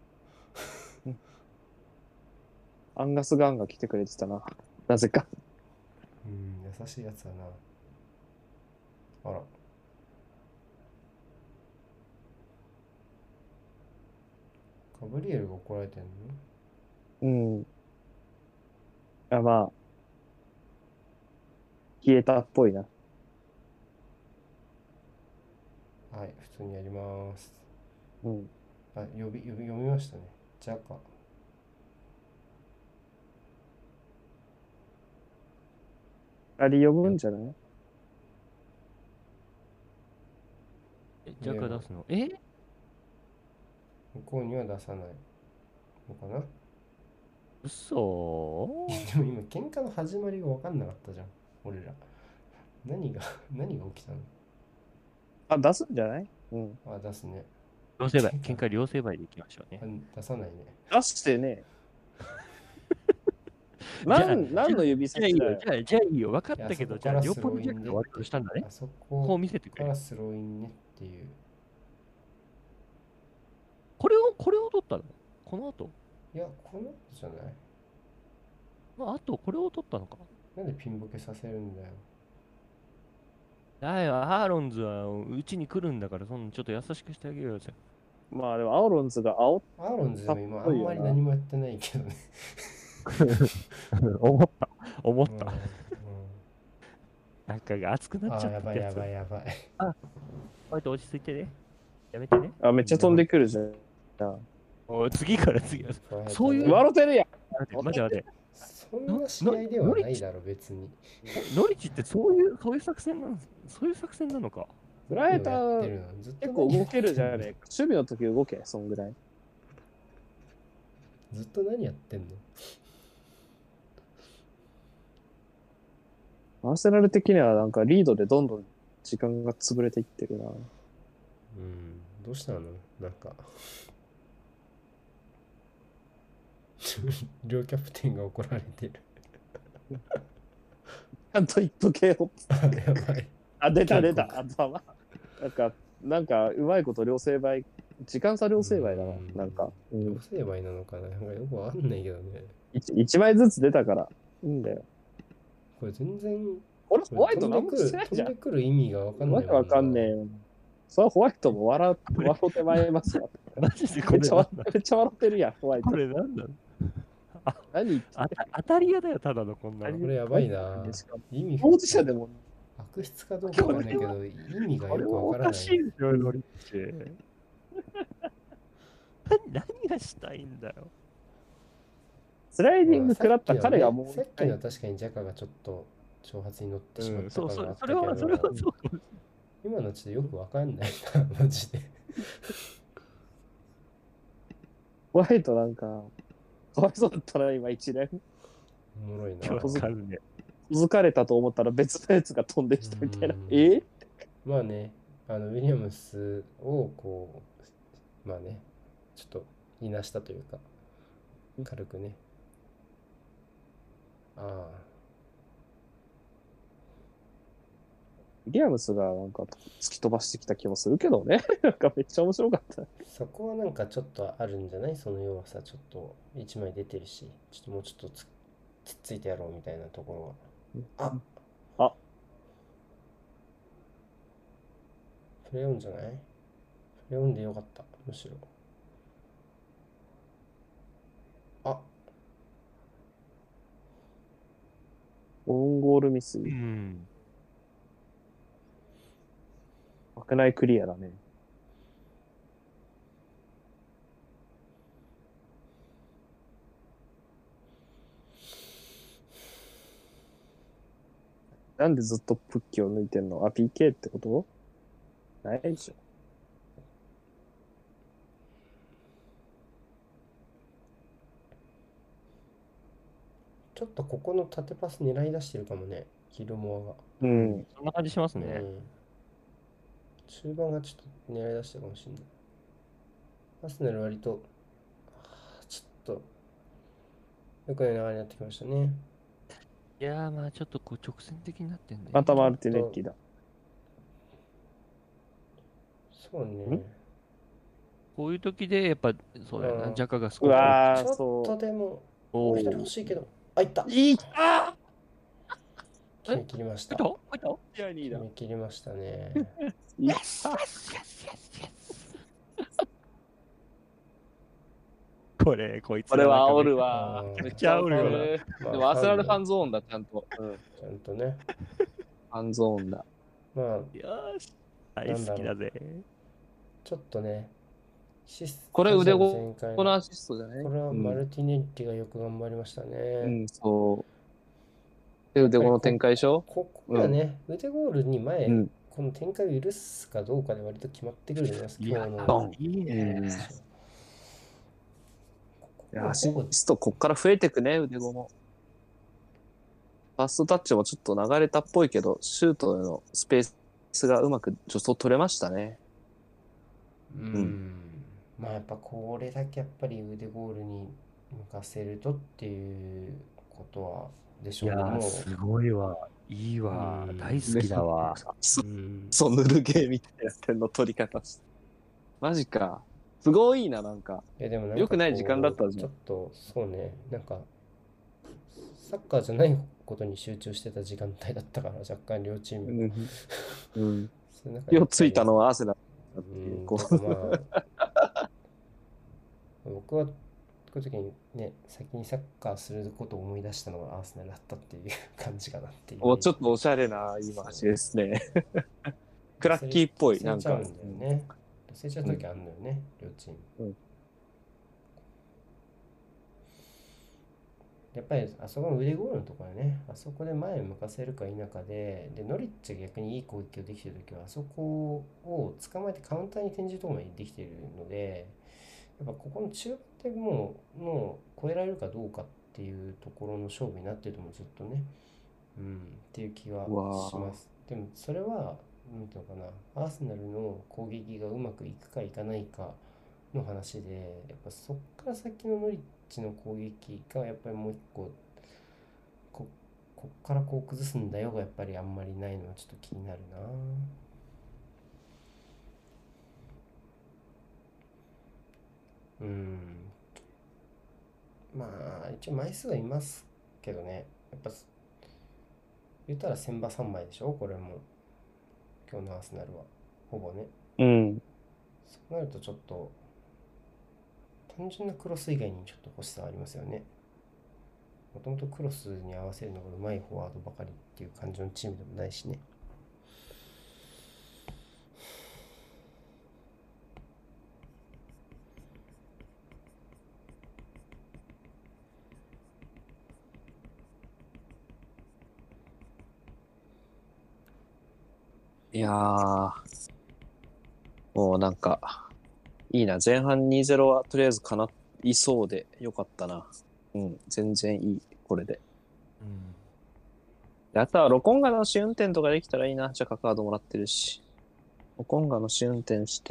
アンガスガンが来てくれてたな。なぜか。 うん、優しいやつだな。あら。ガブリエルが怒られてんの？ うん。あ、まあ、消えたっぽいな。 はい、普通にやります。 うん。 あ、呼び、呼び、読みましたね。ジャカ。 あれ呼ぶんじゃない？ えジャカ出すのえ向こうには出さないのかな。 嘘でも今、喧嘩の始まりが分かんなかったじゃん、俺ら。何が、何が起きたの？ あ、出すんじゃない？うん。 あ、出すね。 両成敗。喧嘩両成敗でいきましょうね。 あ、出さないね。 出してね。 じゃあ何、何の指じゃあいいよ、 差しだよ。 じゃあ、じゃあいいよ。分かったけど、 いやそこからじゃあ、両方にジャスローインでカが悪いことしたんだねあ。そこうこ見せてくれから。スローインねっていう。 これを、これを取ったのこの後いや、この後じゃない？ まあ、あと、これを取ったのか。 なんでピンボケさせるんだよ。 だよ、アーロンズはうちに来るんだから、そんなちょっと優しくしてあげようぜ。 まあでも、アオロンズが煽っアーロンズでも今あんまり何もやってないけどね。 思った、思っうん、 た。 うん、 なんかが熱くなっあー、 ちゃったやばいやばいやばい。 おいと落ち着いてね。やめてね。 あ、めっちゃ飛んでくるじゃん。 おい次から次から。そういう笑ってるやん。 待て待て待て。 そんな試合ではないだろ、別に。 ノリチってそういう、そういう作戦なのそういう作戦なのか。 ブライト何をやってるの？ずっと結構動けるじゃ何やってんのねえか。守備の時動け、そんぐらい。 ずっと何やってんの？ アーセナル的にはなんかリードでどんどん時間が潰れていってるな。 うん、どうしたの？なんか両キャプテンが怒られてる。 ちゃんと言っとけよ。 あ、やばい。 あ、出た出た。 韓あとは、なんか、なんか、うまいこと両成敗、時間差両成敗だなう。んなんか、う両ん、 成敗なのかな、なんかよくわかんないけどね。 一一枚ずつ出たから、いいんだよ。 これ全然、 これ、 これホワイト何も飛んでくるしてないじゃん飛んで。くる意味がわかんないわけわかんねええ。 よ。それはホワイトも笑う、笑ってまいりますわ。 マジでこめっちゃ笑れなんだめっちゃ笑ってるやん、ホワイトこ。れなんだ何言ってあた当たり屋だよ、ただのこんなの。 これやばいな。 しかも意味当事者でも、 悪質かどうかわかんないけど、意味がこれよくはおかわからない。 しいでしょ、ノリッチ。何何がしたいんだよ。 スライディング食らった彼がもうさっきのは確かにジャカがちょっと挑発に乗ってしまうん、 ったそうそう感があっ、たそれは、 けど、 それはそう。 今のちょっとよくわかんないな、マジで。 ホワイトなんか、かわいそうだったな、今一連。 おもろいな。 今日わかるね。 気づかれたと思ったら別のやつが飛んできたみたいなうん。 えまあね、あのウィリアムスをこう、まあね、ちょっといなしたというか、軽くね。ああ、 ウィリアムスがなんか突き飛ばしてきた気もするけどね。なんかめっちゃ面白かった。 そこはなんかちょっとあるんじゃない？その要はさ、ちょっと一枚出てるし、ちょっともうちょっとつつっついてやろうみたいなところが。ああプレオンじゃない？プレオンでよかった、むしろ。あ、 オウンゴールミス。 うん。 負けないクリアだね。なんでずっとプッキを抜いてんの？あ、ピーケー ってことないでしょ。 ちょっとここの縦パス狙い出してるかもね、ギルモアが。 うん。 そんな感じしますね。 うん。中盤がちょっと狙い出してるかもしれない。アスナル割と、あーちょっと、 よくない流れになってきましたね。 いやー、まあちょっとこう直線的になってんだよね。 またマルティネッリだ。 そうね。 こういう時で、やっぱ、そうだよな、 うんジャカが少しうわー、 ちょっそとでも、 おお一人欲しいけど。あ、いったう。いいあ決め切りました。 入った入っーいいだ。 決め切りましたね。 いやたこれ、こいつこれは煽る。 るわう。んめっちゃ煽るよな。 まあでも、アスラルファンのファンゾーンだ、ちゃんと。うん。 ちゃんとね。 ファンゾーンだ。 まあ、 よーし。大好きだぜ。 ちょっとね、シスこれ腕ご前回このアシストじゃないこれはうんマルティネッリがよく頑張りましたね。 うん、そう。で、腕後の展開でしょここがね、腕ゴールに前、 うん。 この展開を許すかどうかで割と決まってくると思います、 いや今日の。 ドンいいね。 いやアシスト、こっから増えてくね、腕後も。ファーストタッチもちょっと流れたっぽいけど、シュートへのスペースがうまく助走取れましたね。 うん、 うんまあやっぱこれだけやっぱり腕ゴールに向かせるとっていうことはでしいやょうね。もー、すごいわ。いいわう。ん大好きだわ。 そうん、 そう、塗るゲーみたいな点の取り方して。マジか。すごいな、なんか。 いやでもなんか良くない時間だったじゃんちょっとそうね、なんかサッカーじゃないことに集中してた時間帯だったから若干両チーム、 うん。うん。 そうなんか火をついたのはアーセナルだっていうう。 ん、 ことかまあ僕はこういう時にね先にサッカーすることを思い出したのがアーセナルだったっていう感じかなっていうう、おちょっとおしゃれな言い回しですね。クラッキーっぽい、なんか。 忘れちゃうんだよね。忘れちゃう時あるんだよね、両チーム。 うんやっぱりあそこの腕ゴールのところでね、あそこで前を向かせるか否かで、で、ノリッチが逆にいい攻撃をできているときは、あそこを捕まえてカウンターに転じるところまでできているので、やっぱここの中盤でもう、もう超えられるかどうかっていうところの勝負になってると思う、ずっとね。うん、っていう気はうわーします。でもそれは、なんていうのかな、アーセナルの攻撃がうまくいくかいかないかの話で、やっぱそっから先のノリッチの攻撃がやっぱりもう一個、こ、こっからこう崩すんだよがやっぱりあんまりないのはちょっと気になるな。うん。まあ、一応枚数はいますけどね、やっぱ言ったら千場さんまいでしょ、これも。今日のアーセナルは。ほぼね。 うん。 そうなるとちょっと、単純なクロス以外にちょっと欲しさはありますよね。もともとクロスに合わせるのがうまいフォワードばかりっていう感じのチームでもないしね。 いやー、もうなんか、いいな。前半にたいゼロはとりあえず叶いそうでよかったな。うん、全然いい、これで。 うんであとはロコンガの試運転とかできたらいいな。じゃあカードもらってるし。ロコンガの試運転して、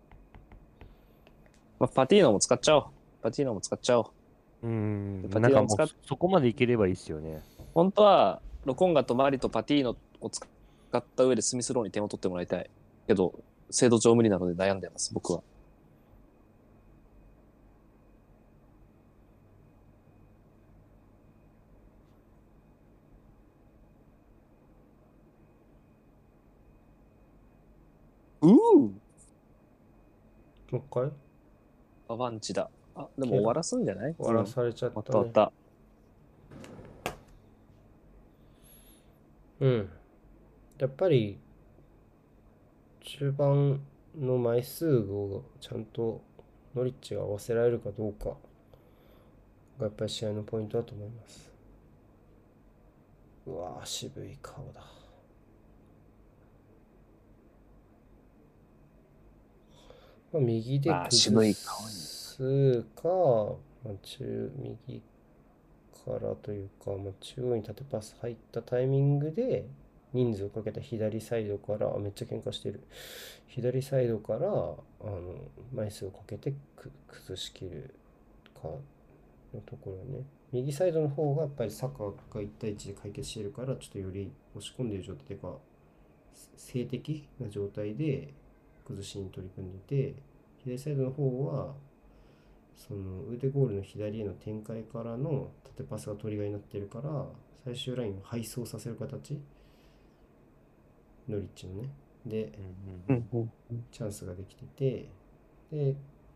まあ、パティーノも使っちゃおう。パティーノも使っちゃおう。 うん。 パテなんかもうィーノ使っそこまでいければいいっすよね。 本当は、ロコンガとマリとパティーノを使った上でスミスローに点を取ってもらいたい。けど、制度上無理なので悩んでます、僕は。うーもう一回アバンチだ。あ、でも終わらすんじゃない終わらされちゃっ終わったたね。 終わった。 うん。やっぱり、中盤の枚数をちゃんとノリッチが合わせられるかどうかがやっぱり試合のポイントだと思います。うわー、渋い顔だ。まあ、右でまあ渋い崩顔にすか、まあ、中右からというか、まあ、中央に縦パス入ったタイミングで人数をかけた左サイドから、あめっちゃ喧嘩してる。左サイドからあの枚数をかけてく崩しきるかのところね。右サイドの方がやっぱりサッカーがいち対いちで解決しているから、ちょっとより押し込んでいる状態というか、静的な状態で崩しに取り組んでて、左サイドの方は、その腕ゴールの左への展開からの縦パスがトリガーになってるから、最終ラインを配送させる形、ノリッチのね。で、 うんうんうんうん。 チャンスができてて、で、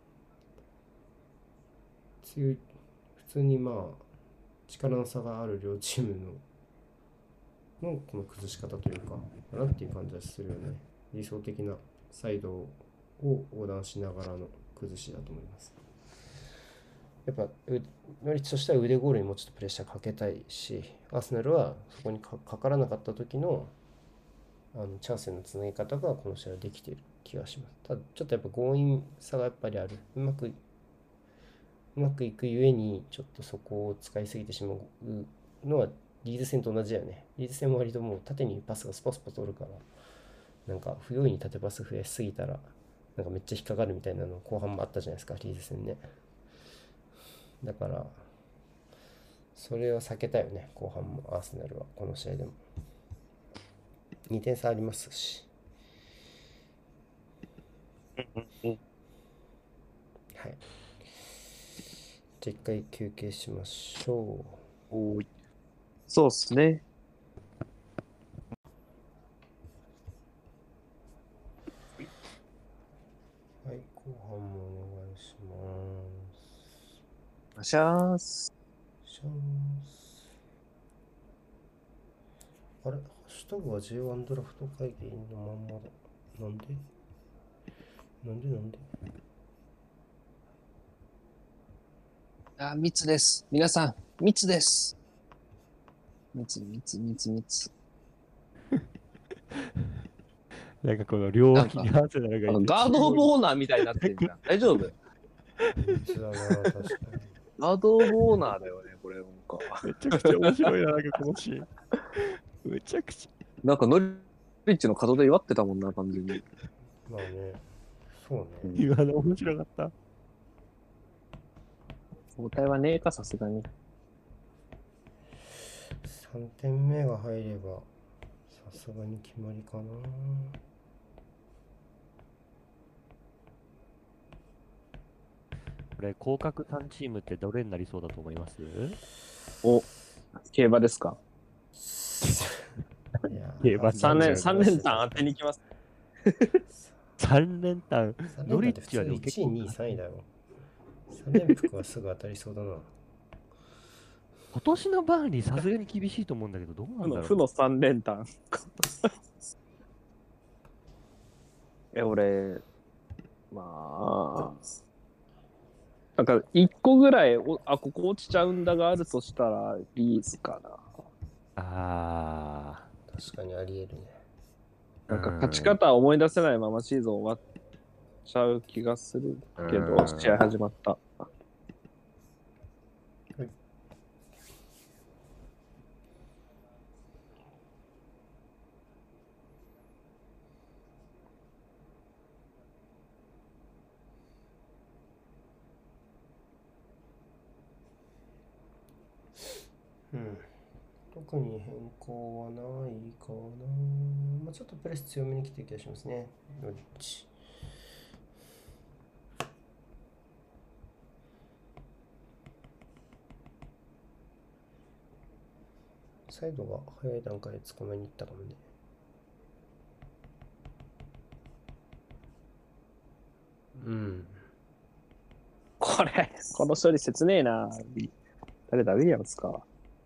強い、普通にまあ、力の差がある両チームの、のこの崩し方というか、かなっていう感じはするよね。理想的なサイドを横断しながらの崩しだと思います。やっぱ、ノリッチとしては腕ゴールにもうちょっとプレッシャーかけたいし、アーセナルはそこに か, かからなかった時のあのチャンスのつなぎ方がこの試合はできている気がします。ただ、ちょっとやっぱ強引さがやっぱりある。うまく、うまくいくゆえに、ちょっとそこを使いすぎてしまうのは、リーズ戦と同じだよね。リーズ戦も割ともう縦にパスがスポスポ取るから、なんか不用意に縦パス増やしすぎたら、なんかめっちゃ引っかかるみたいなの後半もあったじゃないですか、リーズ戦ね。だから、それを避けたいよね、後半もアーセナルは、この試合でも。にてん差ありますし。 うんはい。じゃあ一回休憩しましょおい。そうっすね。 う。はい、後半もお願いします。 お願いします。 しゃーす。あれ、ハッシュタグは ジェイワン ドラフト会議のまんまだ。なんでなんでなんであ、密です。皆さん、密です。密、密、密、密。 なんかこの両脇にアーセナルがいて、 あのガードオブオーナーみたいになってんじゃん。大丈夫？ 密だな、確かに。 ガードオブオーナーだよね、これ。なんか、 めちゃくちゃ面白いな、なんかこのシーン。めちゃくちゃ。 なんかノリッチの門で祝ってたもんな、完全に。 まあね、そうね。 今の面白かった。 交代はねえか、さすがに。 さんてんめが入れば、さすがに決まりかな。 これ、降格さんチームってどれになりそうだと思います？ お、競馬ですか？ いや競馬さん連、三連単あ当てに行きます。 さん連単。ノリッノリッチは普通いちい、 チはでも結構にい、さんいだろ。さん連服はすぐ当たりそうだな。 今年のバーンリーさすがに厳しいと思うんだけど、どうなんだろう。 負の三連単。え、俺、まあ、なんか一個ぐらいお、あ、ここ落ちちゃうんだがあるとしたら、リーズかな。 あ確かにありえるね。 なんか勝ち方は思い出せないままシーズン終わっちゃう気がするけど、 うん試合始まった。 うん。特に変更はないかな。まあ、ちょっとプレス強めに来てる気がしますね。ノリッチ。サイドが早い段階で捕まえに行ったかもね。うん。 これ、この処理切ねえな。誰だ、ウィリアムズか。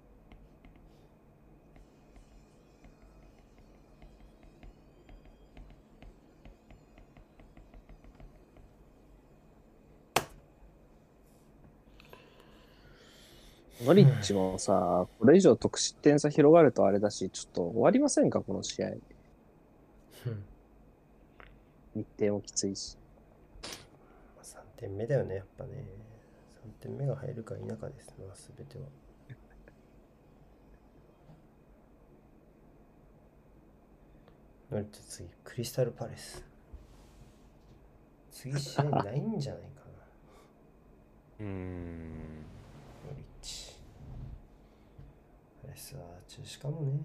ノリッチもさ、これ以上得失点差広がるとあれだし、ちょっと終わりませんか、この試合。日程もきついし。 さんてんめだよね、やっぱね。さんてんめが入るか否かですな、すべては。ノリッチ次、クリスタルパレス。次試合ないんじゃないかな。 ー。うーん。 中止かもね。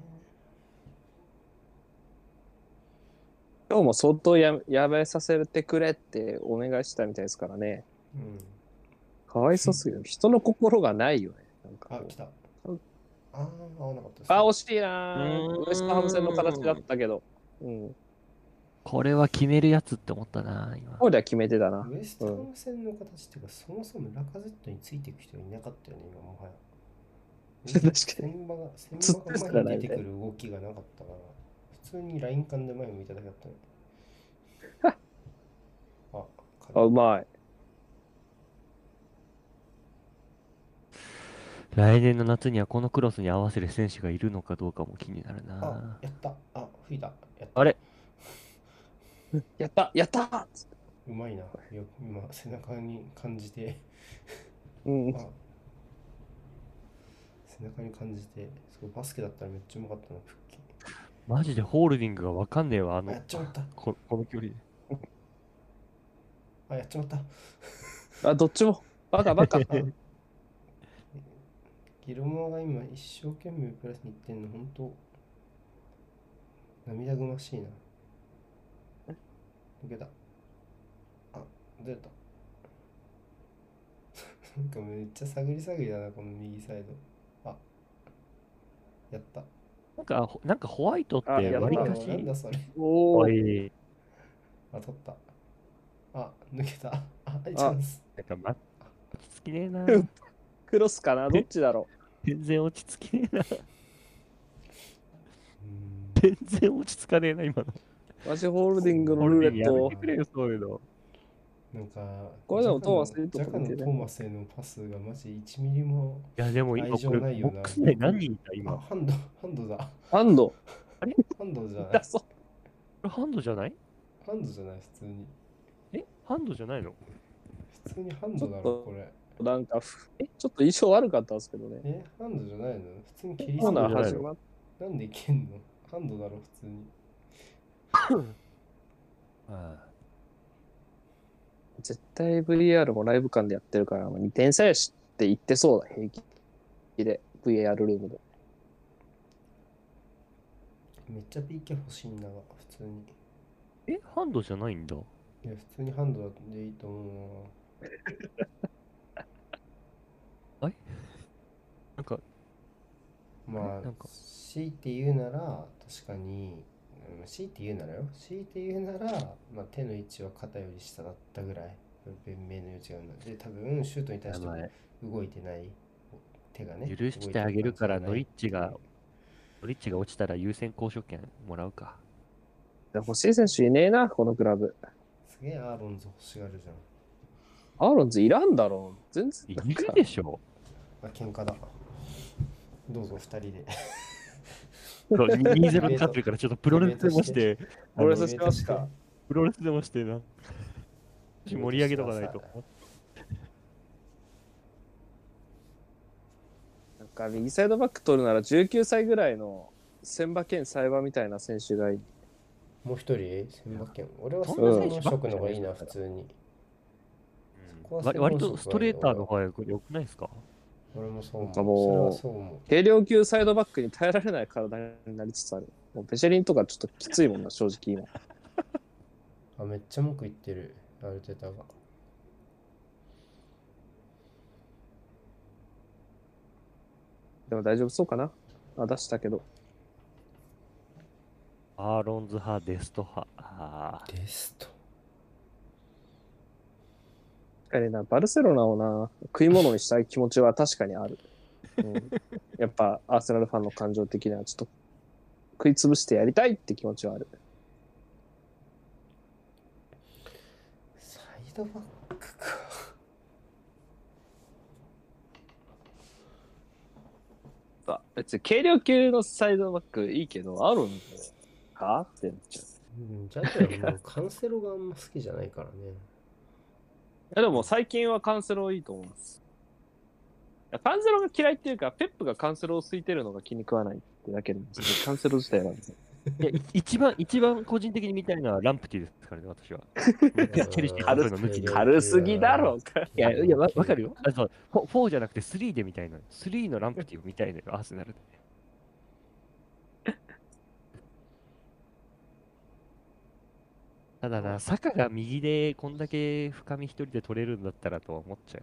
今日も相当ややめさせてくれってお願いしたみたいですからね。 うん。 かわいそうすぎる。人の心がないよね。なんかあ、 こう来た。ああ、合わなかったです、 あ、惜しいなうーんー。ウエストハム戦の形だったけど。うん。 これは決めるやつって思ったな、今。 こうでは決めてたな。 ウエストハム戦の形っていうか、そもそもラカゼットについていく人いなかったよね、今もはや。 確かに先場が、先つっ場てすらないが前に出てくる動きがなかったから、普通にライン間で前を見ただけだったね。あ、 あ、うまい。 来年の夏にはこのクロスに合わせる選手がいるのかどうかも気になるあな。、 やった。あ、吹いた。やった。 あれやったやったうまいな。よ今、背中に感じて、 うん。 あ、背中に感じて、すごいバスケだったらめっちゃうまかったな、復帰。 マジでホールディングがわかんねえわ、ああ、 のやっ、ちまった。 ここの距離で。 あ、やっちまった。 あ、どっちも。バカバカ。 あギルモアが今一生懸命プラスにいってんの、ほんと、涙ぐましいな。抜けた。あ、出た。なんかめっちゃ探り探りだな、この右サイド。あ、やった。 なんか、ほなんかホワイトってあやった割か今のなんし、 だそれ。 おー。 おい、 あ、取った。あ、抜けた。あ、チャンス。 なんか、ま、落ち着きねえな。 クロスかなどっちだろ全然落ち着きねえな。 うーん。 全然落ち着かねえな、今の。 う。マジホールディングのホールーレットルディングやめて。くれよ、そういうの。 なんか、 これでもトーマスいいとジャカのこ見てねトーマスへのパスがマジいちミリも。 いや、でも今愛これ、 情ないよなボックス内何人いた、 あ、 今。 ハンド、ハンドだ。 ハンド。 ハンドじゃないだ。そう。 これハンドじゃないハンドじゃない、普通に。 えハンドじゃないの普通にハンドだろ、これ。 なんか、ふえちょっと印象悪かったんですけどね。 え、ハンドじゃないの普通に蹴りコーナーじゃないの始まっなんで蹴んのハンドだろ、普通に。 あ絶対 ブイエーアール もライブ感でやってるから、にてん差やしって言ってそうだ、平気で。ブイエーアール ルームで。 めっちゃ ピーケー 欲しいんだが、普通に。 え、ハンドじゃないんだ。 いや、普通にハンドでいいと思うなんか、 な。まあなんか、 強いて言うなら、確かに、うん強いて言うならよ。強いて言うなら、まあ、手の位置は肩より下だったぐらい。弁明の余地があるので、多分シュートに対してやばい動いてない手がね。 許してあげるから、ノ動いリッチが、ノリッチが落ちたら優先交渉権もらうか。 欲しい選手いねえな、このクラブ。 すげえアーロンズ欲しがるじゃん。 アーロンズいらんだろう。全然。 いるでしょ。 あ、喧嘩だ。どうぞ、二人で。 そうにゼロに勝ってるから、ちょっとプロレスでもして、 プロレスしますか。 プロレスでもしてな。盛り上げとかないと。 なんか右サイドバック取るならじゅうきゅうさいぐらいの千葉県サイバーみたいな選手がいい。 もう一人、千葉県。俺はそそんなの選手ばっか職の方がいいな、 じゃない普通に。 うんそこは割割とストレーターの方がよくないですか？ 俺もそう思う。 なんかもうそれはそう思軽量級サイドバックに耐えられない体になりつつある。もうベシェリンとかちょっときついもんな、正直今。 う。あ、めっちゃ文句言ってる。アルテタが。 でも大丈夫そうかな。あ、出したけど。 アーロンズ派、デスト派。あーデスト。 確かにな、バルセロナをな、食い物にしたい気持ちは確かにある。うん、やっぱ、アーセナルファンの感情的にはちょっと食いつぶしてやりたいって気持ちはある。 サイドバックか。 あ別に軽量級のサイドバックいいけど、アーロンズかってなっちゃう。 うん、ジャクはもうカンセロがあんま好きじゃないからね。 いやでも最近はカンセロいいと思います。いやカンセロが嫌いっていうか、ペップがカンセロを空いてるのが気に食わないってだけで、カンセロ自体なんですよ。 いやい一番、一番個人的に見たいのはランプティですからね、私は。チェルシーとかそういうの抜きに。 軽すぎだろうか。 いや、いや、わわかるよ。あそうフォーじゃなくてスリーで見たいのよ。スリーのランプティを見たいのよ、アーセナルで。 ただな、坂が右でこんだけ深み一人で取れるんだったらとは思っちゃう。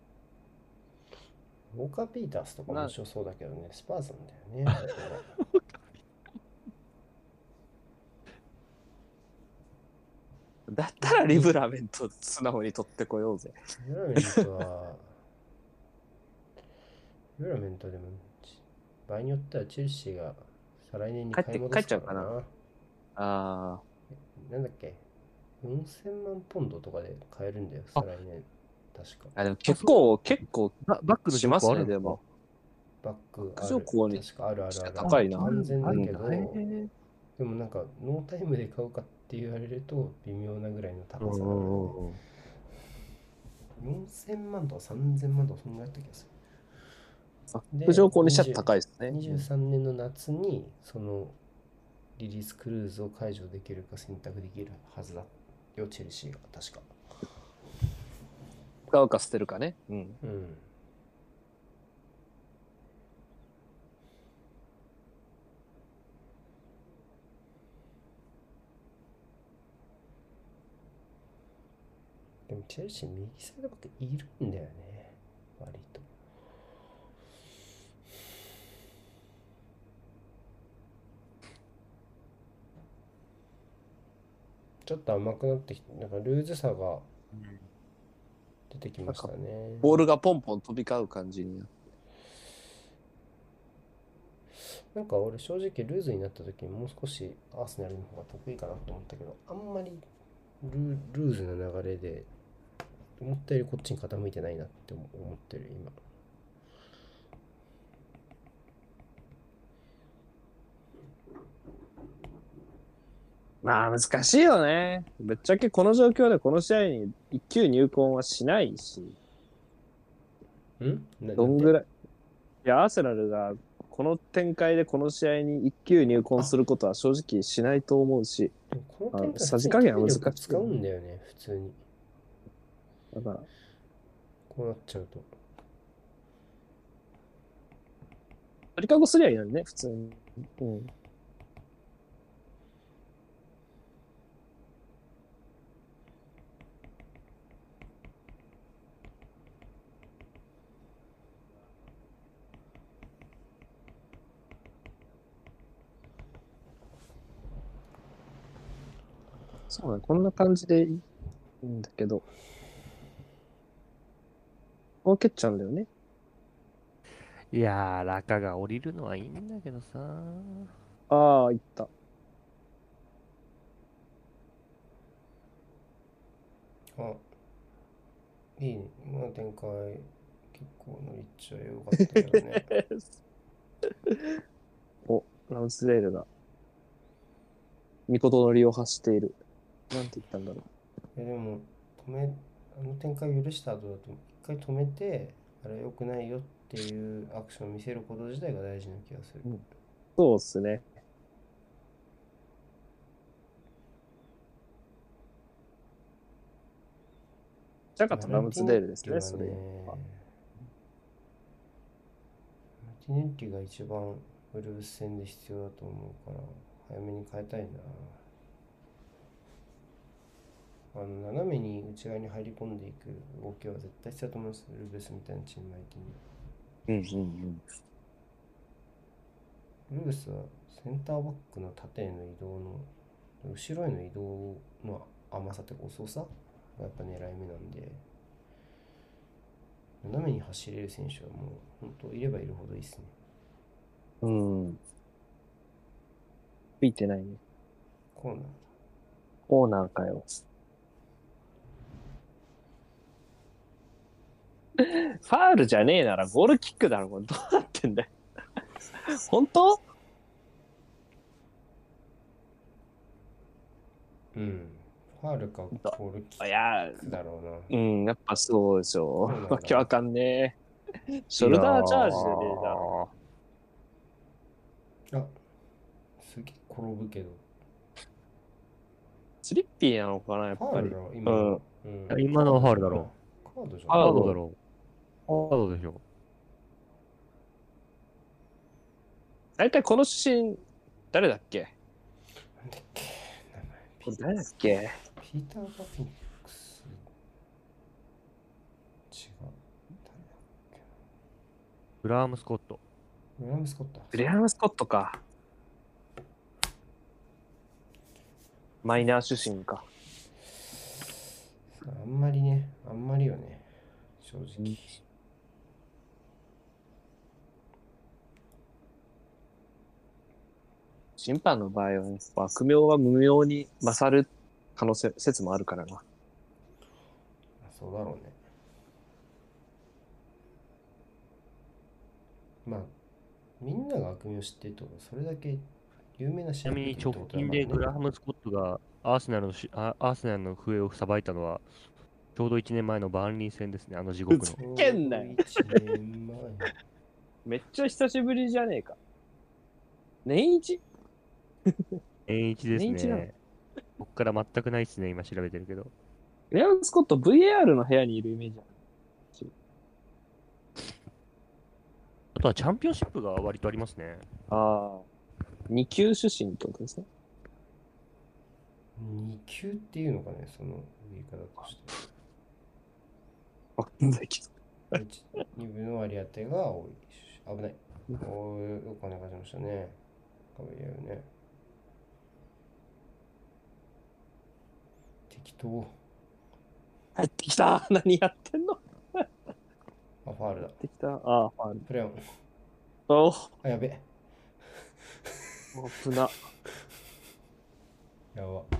ウォーカー・ピータースとかな面白そうだけどね、スパーズなんだよね。 だったらリブラメント素直に取ってこようぜ。 リブラメントは、リブラメントでも、場合によってはチェルシーが再来年に買い戻すからな。 帰って帰っちゃうかな。あなんだっけ、よんせんまんポンドとかで買えるんだよ、再来年。確か。 あ。でも結構、結構ババックのしますね、 情報あるのかでも。 バックあバック条項にる。確かあるあるある。 高いな安全だけど、 あるんだへーでもなんかノータイムで買うかって言われると微妙なぐらいの高さだからね。よんせんまんとかさんぜんまんとかそんぐらいだった気がする。 バック条項にしちゃ高いですね。 にじゅうさんねんの夏にそのリリースクルーズを解除できるか選択できるはずだよ、チェルシーが確か。 使うか捨てるかね。うん。 うん。でもチェルシー右サイドバックいるんだよね、割と。ちょっと甘くなってきて、なんかルーズさが出てきましたね。 ボールがポンポン飛び交う感じになって。 なんか俺正直ルーズになった時にもう少しアーセナルの方が得意かなと思ったけど、あんまりルルーズな流れで思ったよりこっちに傾いてないなって思ってる今。 まあ難しいよね。ぶっちゃけこの状況でこの試合に一級入魂はしないし、 んなどんぐらい。いや、アーセナルがこの展開でこの試合に一級入魂することは正直しないと思うし、 この点さじ加減は難しい使うんだよね、普通に。 だから、 こうなっちゃうと。 鳥かごすりゃいいのにね、普通に。うん。そうね、こんな感じでいいんだけど、こう蹴っちゃうんだよね。 いやー、ラカが降りるのはいいんだけどさ。 ああ、いった。 あ、いいね。今の展開、結構乗りっちゃよかったけどね。 お、ラムスデールが、ミコトの利を発している。なんて言ったんだろえでも止めあの展開を許した後だと一回止めて、あれ良くないよっていうアクションを見せること自体が大事な気がする。 うんう。そうっすね。ジャカとラムスデールですね、それ。 マルティネッリが一番ウルブス戦で必要だと思うから早めに変えたいな。あの斜めに内側に入り込んでいく動きは絶対必要だと思います。ウルブスみたいなチーム相手に。 うんうんうん。 ウルブスはセンターバックの縦への移動の後ろへの移動の甘さというか遅さがやっぱ狙い目なんで、斜めに走れる選手はもう本当いればいるほどいいですね。 うん。吹いてないね。 コーナーだ。 コーナーかよ。ファールじゃねえならゴールキックだろ、これどうなってんだよ。本当？ うん。ファールかゴールキいやックだろうな。 うん、やっぱそうでしょそうなんだう。わけわかんねえ。ショルダーチャージでねえだろ。 あ、すげえ転ぶけど。 スリッピーなのかな、やっぱりファールだ。ろ今うん。 の。うん今のはファウルだろカードじゃカん。 ファウルードだろう。カードでしょ。 大体この写真、誰だっけ？ なんだっけ名前。 これ誰だっけ？ ピーター・ガフィニックス。違う。誰だっけな。 グラーム・スコット。 グラム・スコット。 グレアム・スコットか。マイナー出身か。 あんまりね、あんまりよね。正直。 審判の場合はね、悪名は無名に勝る可能性、説もあるからな。 そうだろうね。まあ、みんなが悪名を知ってると、それだけ有名な試合ちなみに直近でグラハム・スコットがアーセナルのしあアーセナルの笛をさばいたのはちょうどいちねんまえのバーンリー戦ですね、あの地獄の。 ふけんなよいちねんまえ。 めっちゃ久しぶりじゃねえか。年一年一です年一なのね。こっから全くないですね、今調べてるけど。 グレアム・スコット ブイエーアール の部屋にいるイメージある。 あとはチャンピオンシップが割とありますね。 ああ。二級出身ってことですね。 に級っていうのかね、その言い方として。 わかんないけど。 に部の割り当てが多い。危ない。おー、お金貸しましたね。壁やるね。適当。 入ってきた。何やってんの。 あ、ファールだ。 入ってきた。ああ、ファール。 プレオン。 おあ、やべえ。 お、危な。 やば。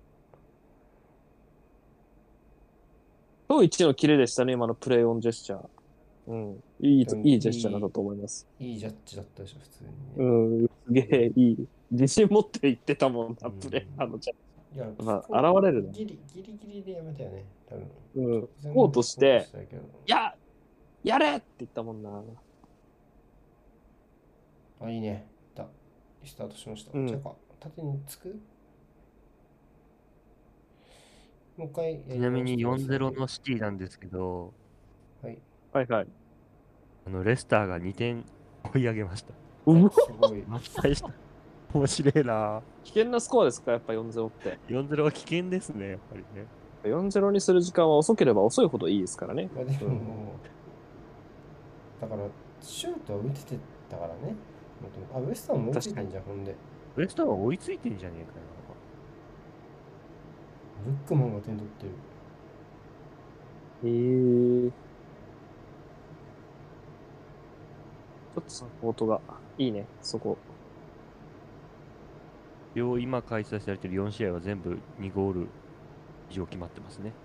今日一のキレでしたね、今のプレイオンジェスチャー。うん。いい、 うんいいジェスチャーだと思います。 いいジャッジだったでしょ、普通にね。 うん、すげえいい。自信持って言ってたもんな、 うんプレイ。あの、じゃいや、 まあそこ現れるねギリギリギリでやめたよね、多分。 うん。こうとして、 たけどや、やれって言ったもんな。 あ、いいね。だ。スタートしました。 うんじゃあか、縦につくもう一回やり直してちなみにくださいよんたいゼロのシティなんですけど、 はい。 はいはい。 あのレスターがにてん追い上げました。 うわすごい。 巻き返した。面白いな。 危険なスコアですか、やっぱよんたいゼロって。 よんたいゼロは危険ですね、やっぱりね。 よんたいゼロにする時間は遅ければ遅いほどいいですからね。 まあでも、だから、シュートは打ててたからね。あ、ウエスタンも追いついてんじゃん、ほんで。 レスターは追いついてんじゃねえかよ。 ブックマンが点取ってる。 へえ。ちょっとサポートがいいね、そこ。 両今開催されているよん試合は全部にゴール以上決まってますね。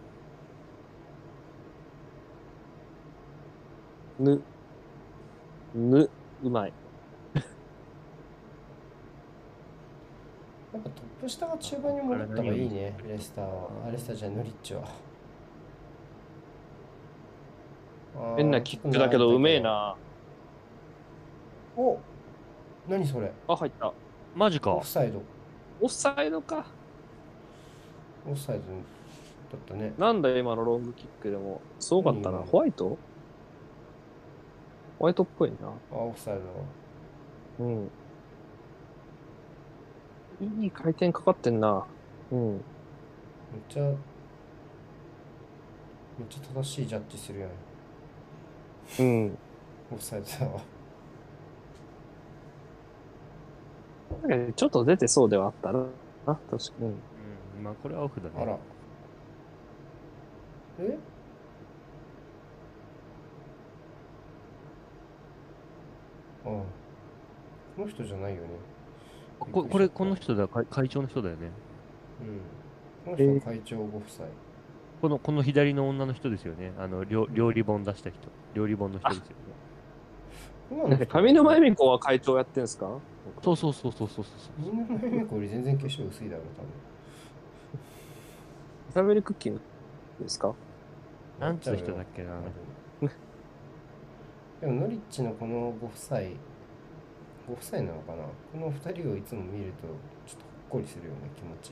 ぬ、ぬ、うまい。 やっぱトップ下が中盤に戻った方がいいね、レスターは。あ、レスターじゃない、ノリッチは。あー変なキックだけどうめえ。な。 お、何それ。 あ、入った。 マジかオフ。サイド。 オフサイドか。 オフサイドだったね。 なんだ今のロングキックでも。すごかったな。 何今のホワイトホワイトっぽいな。 あ、オフサイドだわ。 うん。いい回転かかってんな。うん。 めっちゃ、めっちゃ正しいジャッジするやん。 うん。 オフサイドだわ。 なんかちょっと出てそうではあったな。あ、確かに。 うん、まあこれはオフだね。 あら。えああ。この人じゃないよね。 ここれ、この人だ、会会長の人だよね。 うん。この人は会長ご夫妻。 この、この左の女の人ですよね。あの、料料理本出した人。料理本の人ですよね。 今なんか上沼恵美子は会長やってんすか？ そうそうそうそうそうそう。 上沼恵美子より全然化粧薄いだろ、多分。 イザベルクッキングですか？ なんつう人だっけな。 でもノリッチのこのご夫妻、ご夫妻なのかな、この二人をいつも見るとちょっとほっこりするような気持ち。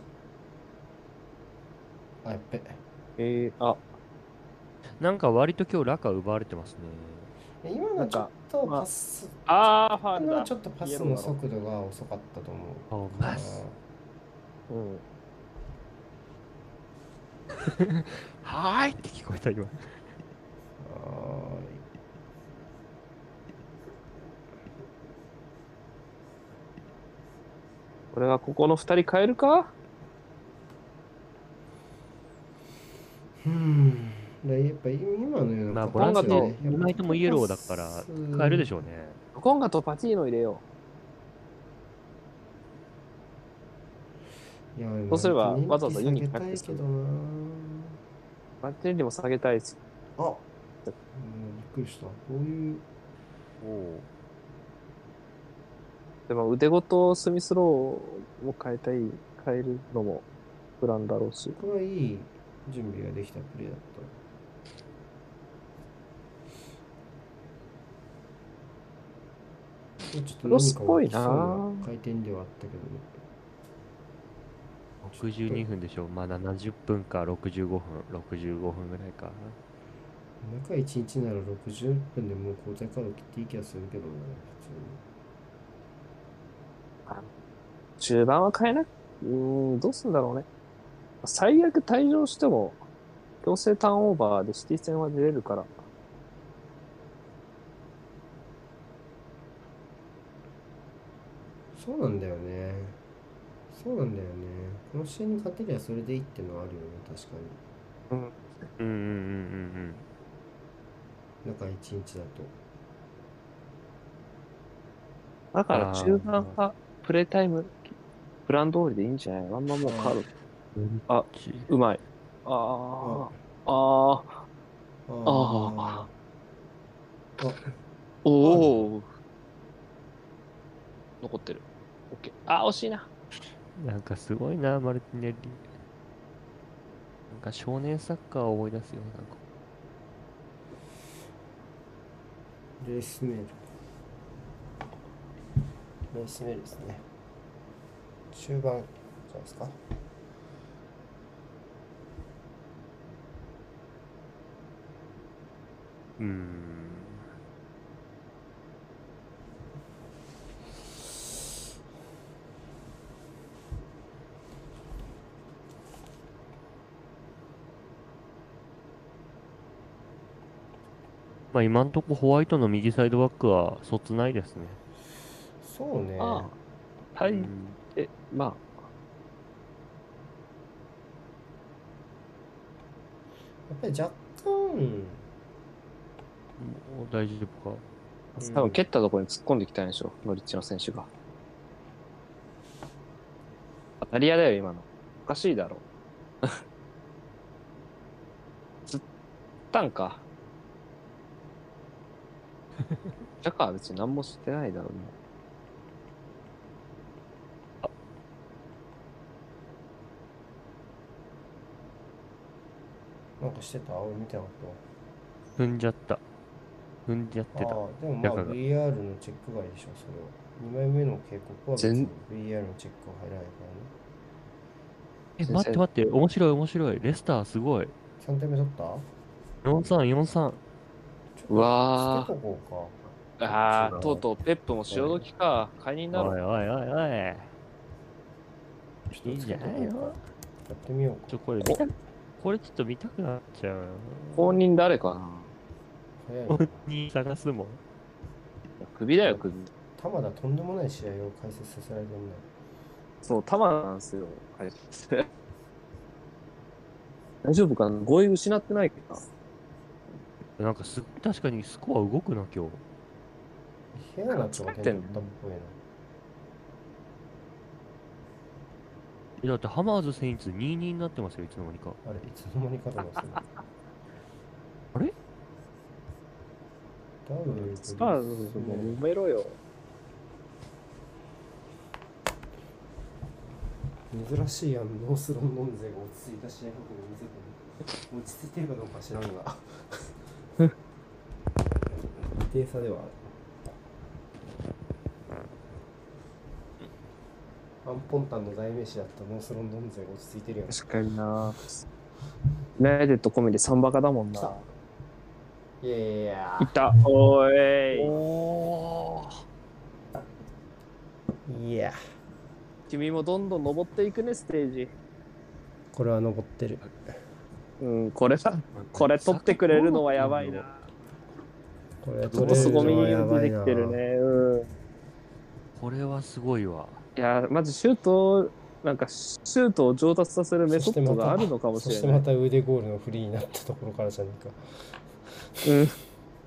あ、やっべ。 えー、あ、 なんか割と今日ラカ奪われてますね。 今のちょっとパス、 あー、ファールだ。 今のちょっとパスの速度が遅かったと思う。 あ、マス。 うん。 はーいって聞こえた今。 はこれはここの二人変えるか？ ーい。うん。でやっぱ今のようなまあボランチコンガとにまいともイエローだから変えるでしょうね。 コンガとパチーノ入れよいやそうすれば割とわざわざユニ人気下げたいけどな。 う。パチーノも下げたいです。 あ、うん、びっくりした。どういう。 おお。 でも腕ごとスミスローも変えたい、変えるのもプランだろうし。 これはいい準備ができたプレーだった。ちょっとクロス何かっぽいな起きそうな回転ではあったけどね。 ろくじゅうにふんでしょ。まあななじゅっぷんかろくじゅうごふん、ろくじゅうごふんぐらいか。 中いちにちならろくじゅっぷんでもう交代カード切っていい気がするけどね、 中盤は変えなく、うーん、どうすんだろうね。最悪退場しても、強制ターンオーバーでシティ戦は出れるから。 普通に。そうなんだよね。そうなんだよね。この試合に勝てりゃそれでいいってのはあるよね、確かうん。 うんうんうんうんに。中いちにちだと。 だから中盤あはプレイタイム、プラン通りでいいんじゃない？あんまもうカード、 うん。 あ、 ちうまい。あああ、ああ、 あああ、 あ、 おお。残ってる。オッケー。あ、惜しいな。 なんかすごいな、マルティネッリ。なんか少年サッカーを思い出すよ。なんかレースメール。レースメールですね。中盤じゃないですか。 うーん。まあ今んとこホワイトの右サイドバックはそつないですね。 そうね。 ああ、はい。 うんえ、まあ、 やっぱり若干、 もう大丈夫か。 多分蹴ったところに突っ込んできたんでしょ、ノリッチの選手が。当たり屋だよ、今の。おかしいだろ。釣ったんか。ジャカは別に何もしてないだろうね。 なんかしてた俺見てなかっ踏んじゃった。踏んじゃってた。あた。 あ、でもまあ中がブイアール のチェック外でしょ、それは。にまいめの警告は別に ブイアール のチェックは入らないからね。 え、 先生待って待って。面白い面白い。レスターすごい。 さんてんめ取った？ よんさんよんさん。 ちょっとうわー捨てとこうか。 ああ、 違うとうとうペップも潮時か。買いになる。 おいおいおいおい。 ちょっとついいんじゃけとこうか。 ないの？ やってみようか。 ちょ、これ見た、これちょっと見たくなっちゃう。 公認誰かな。 早いな。 本人探すもん。 首だよ、首。 玉田とんでもない試合を解説させられてるね。 そう、玉なんですよ。はい大丈夫かな？語彙失ってないかな？ なんかす確かにスコア動くな、今日。 ヘアナッチが点取ったっぽいな。 えだってハマーズセインツにたいにになってますよ、いつの間にか。 あれ、いつの間にかと思ってた。 あれダブルスパーズも揉めろよ。 珍しいやん、ノースロンドン勢が落ち着いた試合運びを見せてる。落ち着いてるかどうか知らんが。一定差ではある。アンポンタンの代名詞だったノースロンドン勢が落ち着いてるやん。 確かにな。ユナイテッド込みでさんバカだもんな。 いやいやいやいった。おーい。 おー。 いや、 君もどんどん登っていくね、ステージ。 これは登ってる。 うん、これさ、これ取ってくれるのはやばいな。 これちょっと凄みやばいな。 出てきてるね。うん。 これはすごいわ。 いや、まずシュート、なんかシュートを上達させるメソッドがあるのかもしれない。 そしてまた腕ゴールのフリーになったところからじゃねえか。 うん。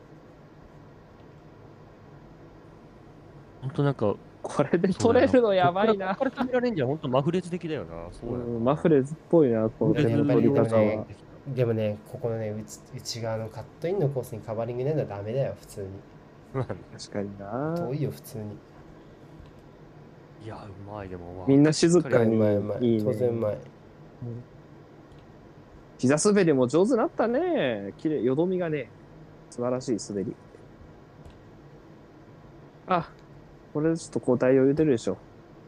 ほんとなんか、 これで取れるのやばいな。 これ決められんじゃん、ほんとマフレズ的だよな。そうやな。 うん、マフレーズっぽいな、このマフレズ点の取り方は。 でもね、ここのね、内内側のカットインのコースにカバーリングないのはダメだよ、普通に。 まあ確かにな。 遠いよ、普通に。 いや、うまい、でもまあみんな静かにうまいうまい。 いいね。 当然うまい。 膝滑りも上手になったね。綺麗、よどみがね、素晴らしい滑り。あ、これちょっと交代余裕出るでしょ。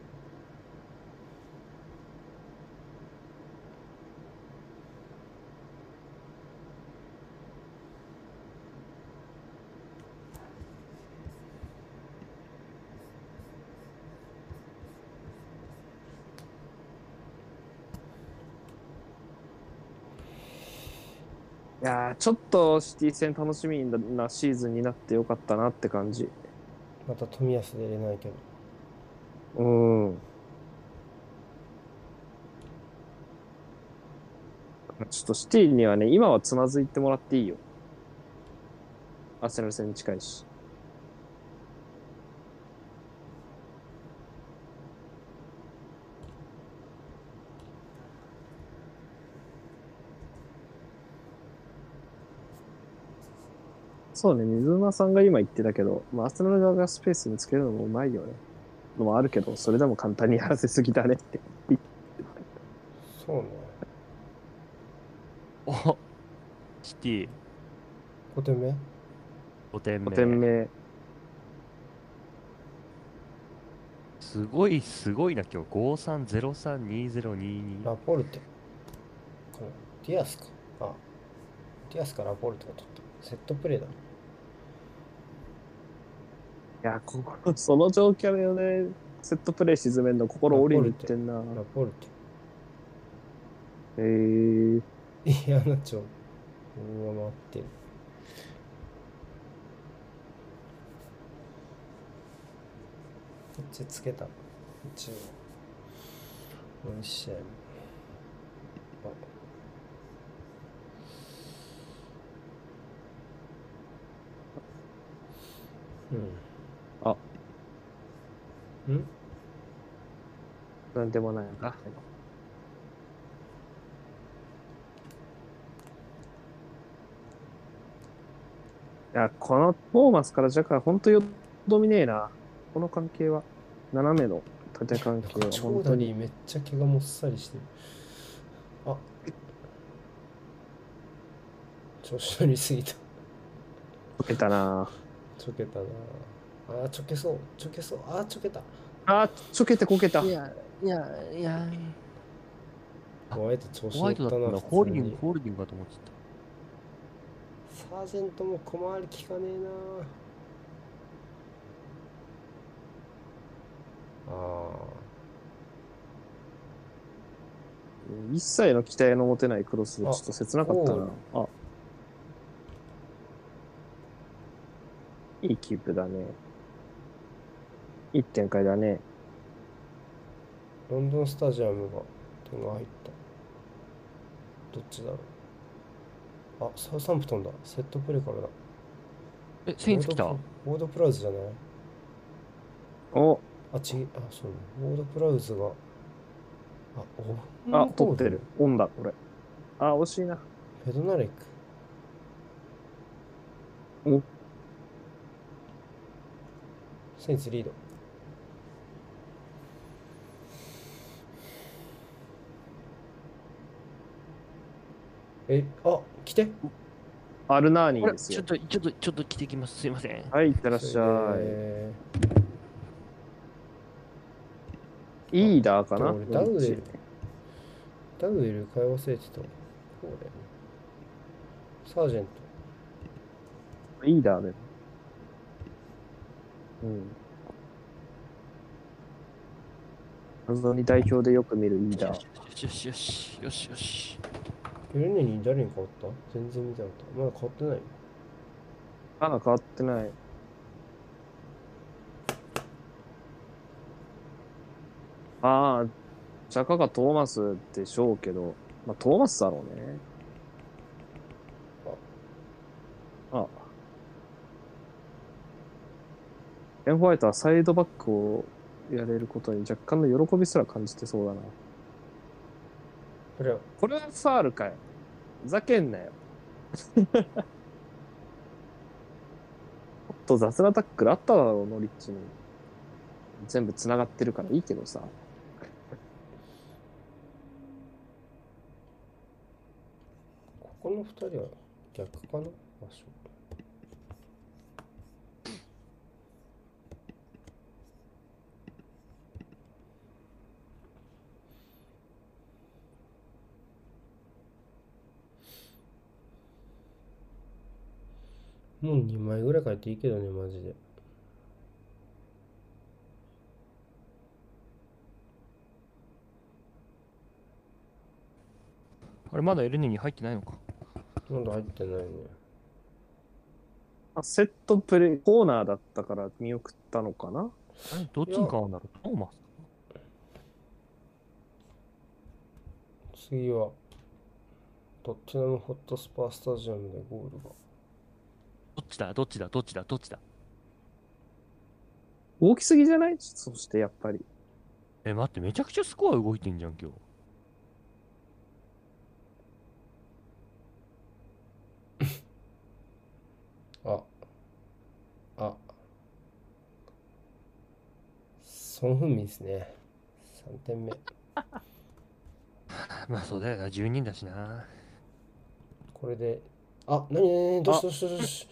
いやー、ちょっとシティ戦楽しみなシーズンになってよかったなって感じ。 また冨安出れないけど。 うん。ちょっとシティにはね、今はつまずいてもらっていいよ。アーセナル戦に近いし。そうね、水沼さんが今言ってたけど、まあ、アーセナル側がスペース見つけるのもうまいよね。のもあるけど、それでも簡単にやらせすぎだねって。 そうね。 おシティごてんめごてんめ。 ごてんめ。 すごい、すごいな、今日。ごさんゼロさんにゼロにに。 ラポルテ。これ、ディアスか。あ、ディアスかラポルテが取った。セットプレーだ。 いや、ここ、その状況でね、セットプレー沈めんの心折りにいってんな。 ラポルテ。 えー、 いや、なちょ。うわ、回ってる。こっちつけた。一応。よっしゃ。うん。 あ。 んなんでもないな。いや、このトーマスからジャカ、ほんとよどみねえな。この関係は。斜めの縦関係はチョ本当に。 ーダリーめっちゃ毛がもっさりしてる。あ、調子乗りすぎた。 溶けたな。 ちょけたな。あー、ちょけそう。ちょけそう。あー、ちょけた。 あー、ちょけてこけた。 いや、いや、いや。 ホワイト調子ホワイト乗ったな。 だったんだ。ホールディング、 普通にホールディングかと思ってサージェントも小回り効かねえな。あ一切の期待の持てないクロスでちょっと切なかったな。あ、いいキープだね。いい展開だね。 ロンドンスタジアムが点が入った。どっちだろう。あ、サウサンプトンだ。セットプレーからだ。 え、セインツ来た？ ウォードプラウズじゃない？ お、 あ、ち、あ、そうね。ウォードプラウズが。あ、おあ、取ってる。オンだ、これ。あ、惜しいな。 フェドナレック。 お、 セインツリード。え、あ、来て。 アルナーニこれーですよ。 ちょっと、ちょっと、ちょっと着てきます。すいません。 はい、いってらっしゃえい。イーダーかな。 俺ダウエル。ダウエル買い忘れてた。これ。サージェント。 イーダーで。うん。謎に代表でよく見るイーダー。 よしよしよしよしよし。 エルネに誰に変わった？全然見てなかった。まだ変わってない？ まだ変わってない。ああ、ジャカがトーマスでしょうけど、まあトーマスだろうね。あ、ベン・ホワイトはサイドバックをやれることに若干の喜びすら感じてそうだな。 これは、 これはファールかよ。ふざけんなよ。もっと雑なタックルあっただろう、ノリッチに。全部繋がってるからいいけどさ。 ここの二人は逆かな場所。もうにまいぐらい書いていいけどね、マジで。 あれまだエルネに入ってないのか。 まだ入ってないね。 あセットプレー、コーナーだったから見送ったのかな。 あれどっちに変わるんだろう。トーマス。 次は、どっちのホットスパースタジアムでゴールが。 どっちだどっちだどっちだどっちだ。 大きすぎじゃない？そしてやっぱり。 え、待って、めちゃくちゃスコア動いてんじゃん、今日。 あ、あ、ソン・フンミンですね。さんてんめ。 まあそうだよな、じゅうにんだしな。 これで、あ、なになになに、どうしどうしどうし。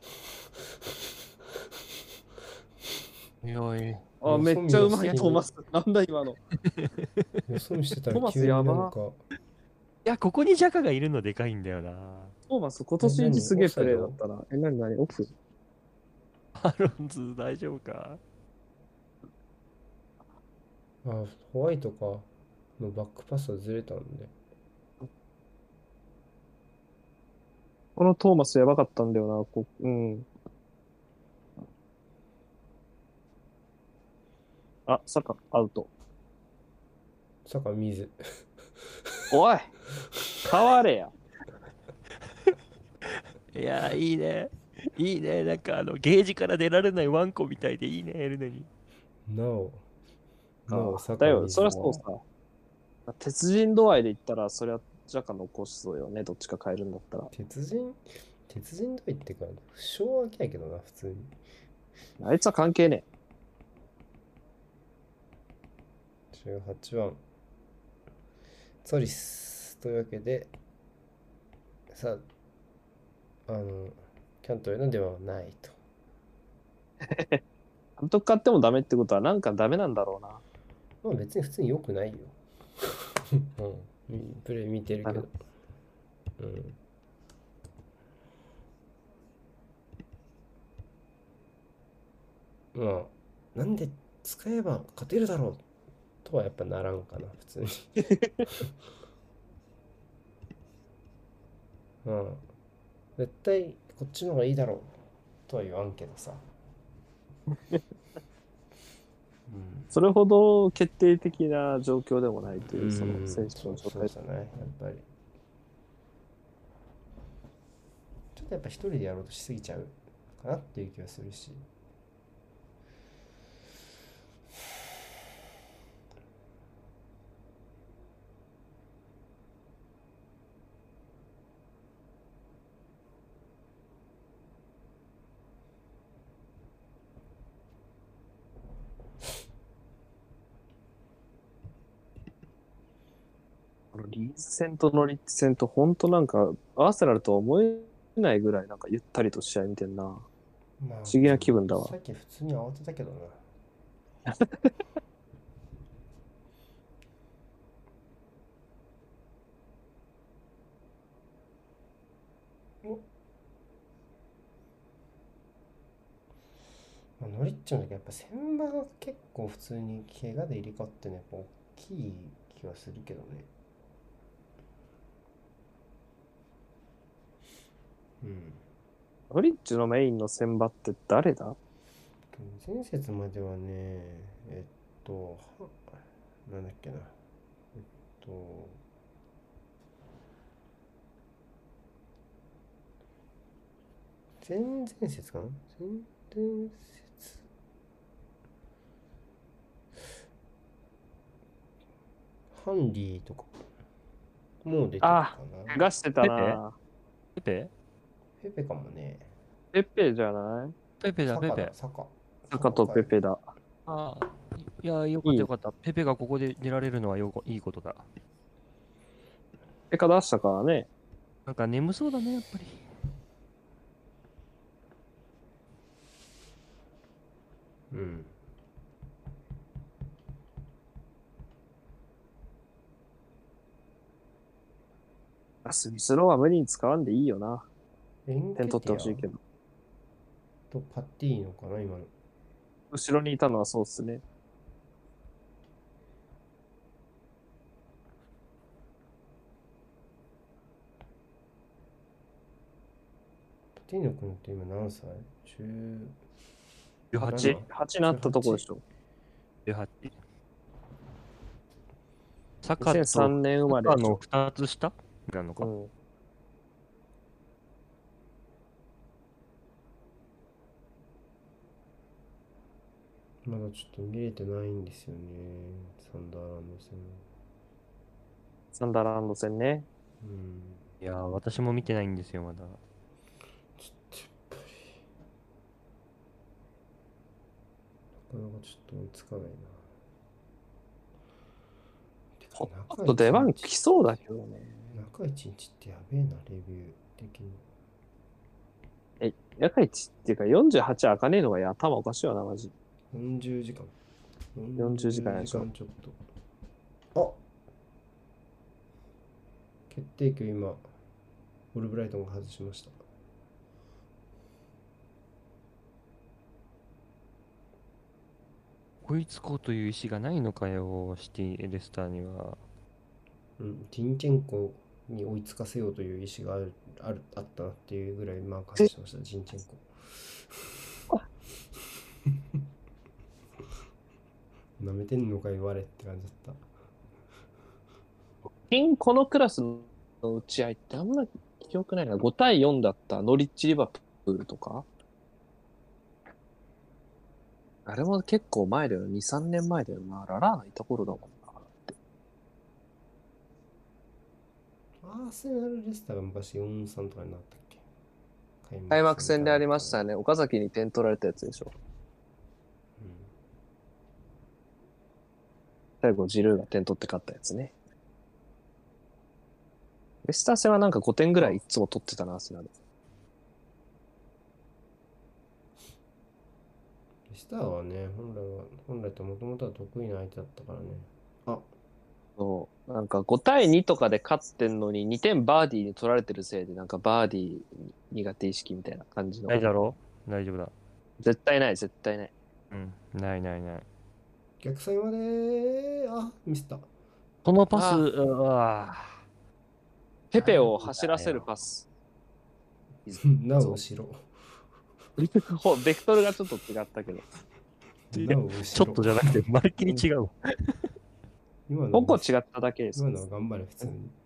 おいおい。 あ、めっちゃうまい、トーマス。なんだ今の。 よそ見してたらトーマス急になやばんか、 いや、ここにジャカがいるのでかいんだよな。 トーマス今年一すげえプレーだったな。え、なになにオフ？ アロンズ大丈夫か。 あ、ホワイトか。のバックパスはずれたんで。 このトーマスやばかったんだよな。こうん。あ、サカ、アウト。 サカ水。 おい変われや。 いや、いいね。いいね。なんかあの、ゲージから出られないワンコみたいでいいね、エルネに。 なお、なお、サカだよ、 水。 そりゃそうさ。鉄人度合いで言ったら、そりゃ、ジャカ残すよね。どっちか変えるんだったら。 鉄人鉄人どう言ってか、負傷はけやけどな、普通に。 あいつは関係ねじゅうはちばん。ソリス。というわけで、さあ、あの、キャントレーのではないと。 え。監督買ってもダメってことは、なんかダメなんだろうな。 まあ別に普通に良くないよ。うん。プレイ見てるけど。うん。まあ、なんで使えば勝てるだろうとはやっぱならんかな、普通に。うん。絶対こっちの方がいいだろうとは言わんけどさ。うん。 それほど決定的な状況でもないという、そのうん選手そうの状態。 そうじゃない、やっぱり。ちょっとやっぱ一人でやろうとしすぎちゃうかなっていう気はするし。 あのリーズ戦とノリッチ戦と、本当なんか、アーセナルとは思えないぐらい、なんかゆったりと試合見てんな。 まあ、 不思議な気分だわさっき普通に慌てたけどな。おまあ、ノリッチの時やっぱ先場が結構普通に怪我で入れ替わってね、やっぱ大きい気はするけどね。 ノリッチのメインの選抜って誰だ？ 前節まではね、えっと、はなんだっけな。えっと、前々節かな前々節。ハンリーとか、もう出てるかあ、 な。 怪我してたな。 ペペペペかもね。 ペペじゃない？ ペペだ、ペペサカだ、。サカ。 サカとペペだ。 ああ、いや、よかったよかった。ペペがここで出られるのはよこいいことだ。 ペカ出したからね。 なんか眠そうだね、やっぱり。 うん。 あ、スミスローは無理に使わんでいいよな。 エンケ点取ってティアほしいけど。 とパッティーノかな、今の。 後ろにいたのはそうっすね。 パッティーノ君って今何歳？ じゅう、 じゅうはち。 はち、はちなったとこでしょ。 じゅうはち。サカとにせんさんねん生まれサカでしょ。 のふたつ下なのか。 うん。 まだちょっと見れてないんですよね。サンダーランド戦。 サンダーランド戦ね。 うん。 いやー、私も見てないんですよ、まだ。 ちょっとやっぱり、なかなかちょっと追いつかないな。てかほっと出番来そうだけどね。 中一日ってやべえな、レビュー的に。 え、中一っていうかよんじゅうはち開かねえのが頭おかしいよな、マジ。 よんじゅうじかん。 よんじゅうじかんでしょよんじゅうじかんちょっと。あ、決定球今、オルブライトンが外しました。 追いつこうという意思がないのかよ、シティ・エレスターには。 うん、ティンチェンコに追いつかせようという意思がある、ある、あったなっていうぐらいマーク外しました、ジンチェンコ。なめてんのか言われって感じだった。 金このクラスの打ち合いってあんま記憶ないな。ご対よんだったノリッチ・リバプールとか。あれも結構前だよ。に、さんねんまえだよな。ララーナいた頃だもんな。 アーセナルレスターが昔よんさんとかになったっけ？ 開幕戦でありましたね。岡崎に点取られたやつでしょ。 うん、 最後、ジルーが点取って勝ったやつね。レスター戦はなんかごてんぐらいいつも取ってたな、アーセナル。 レスターはね、本来は、本来ともともとは得意な相手だったからね。あ、 そう。なんかご対にとかで勝ってんのににてんバーディーに取られてるせいで、なんかバーディー苦手意識みたいな感じの。 ないだろう大丈夫だ。 絶対ない、絶対ない。 うん、ないないない。 逆サイまで、あ、ミスった。 このパス、 あうわペペを走らせるパス。 なお後ろ。 ほベクトルがちょっと違ったけど。 なお後ろ。 ちょっとじゃなくて、まるっきり違う。 今のごこ違っただけです。 今のは頑張れ、普通に。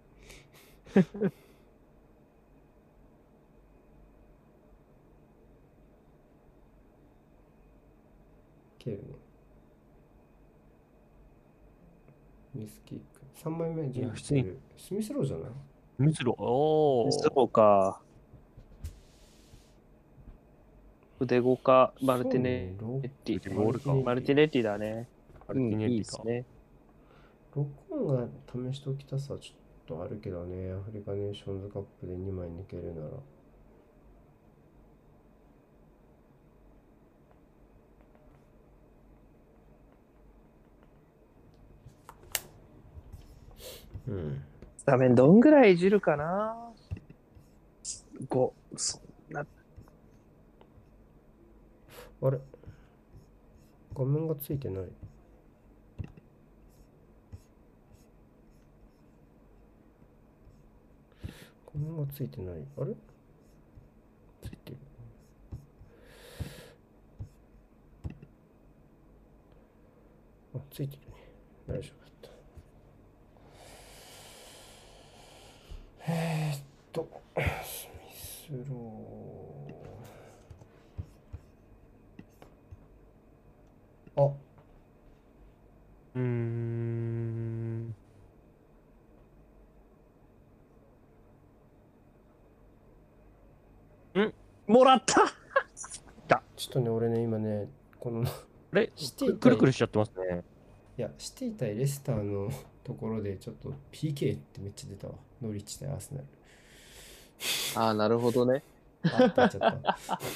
蹴るね。ミスキック。さんまいめ準備してる。スミスローじゃない？ むしろ、おー。 そうか。腕ごか、マルティネッティ。 ゴールかマルティネッティだね。 マルティネッうんいいリか。 ですね。 ロックオンが試しておきたさはちょっとあるけどね。アフリカネーションズカップでにまい抜けるなら。うん。 スタメンどんぐらいいじるかな？ご、そんな。 あれ画面がついてない。画面がついてない。あれついてる。 ついてるね。大丈夫だった。えーっと、スミスロー。あ、 うーん。 もらったちょっとね、俺ね、今ね、この、 あれシティ対くるくるしちゃってますね。 いや、シティ対レスターのところで、ちょっと ピーケー ってめっちゃ出たわ。ノリッチ対アーセナル。 ああ、なるほどね。 あって言っちゃった。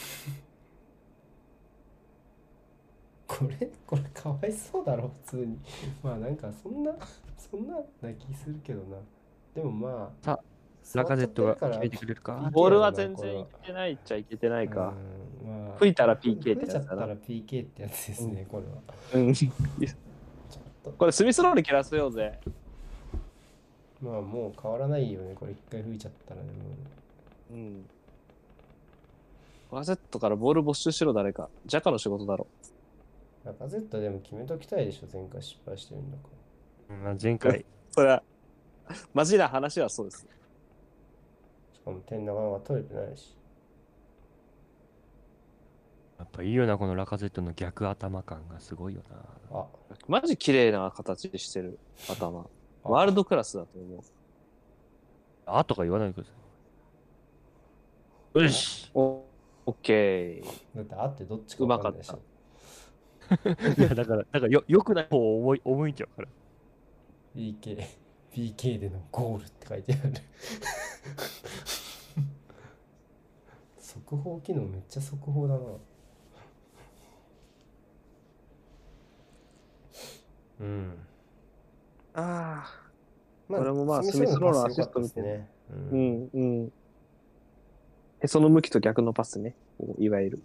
これ、これかわいそうだろ、普通に。まあなんか、そんな、そんな泣きするけどな。でもまあ、 さあ、ラカゼットが決めてくれるか。 ピーケーボールは全然いけてないっちゃいけてないか。 うんまあ、 吹いたら ピーケー ってやつだな吹いちゃったら ピーケー ってやつですね、これは。 うん。 ちょっと。 これスミスロール蹴らせようぜ。 まあもう変わらないよね、これ一回吹いちゃったらね。もううん。ワゼットからボール没収しろ、誰か。ジャカの仕事だろ。 ラカゼットでも決めときたいでしょ、前回失敗してるんだかうんまあ前回。 それは、マジな話はそうです。 ら。しかも点なかなか取れてないし。 やっぱいいよな、このラカゼットの逆頭感がすごいよな。 あ、 マジ綺麗な形してる頭。 あワールドクラスだと思う。 あとか言わないでください。よしお、オッケー。 だってあってどっちか分かんないでしょ。 いや、だから、だからよ、よくない方を思い、思いちゃうから。 ピーケー、ピーケー でのゴールって書いてある。速報機能めっちゃ速報だな。うん。 ああ。 まあ、 これもまあスミスロールのパススミスロールのアシスト良かったですね。う。 うんん、うん。へその向きと逆のパスね。こういわゆる。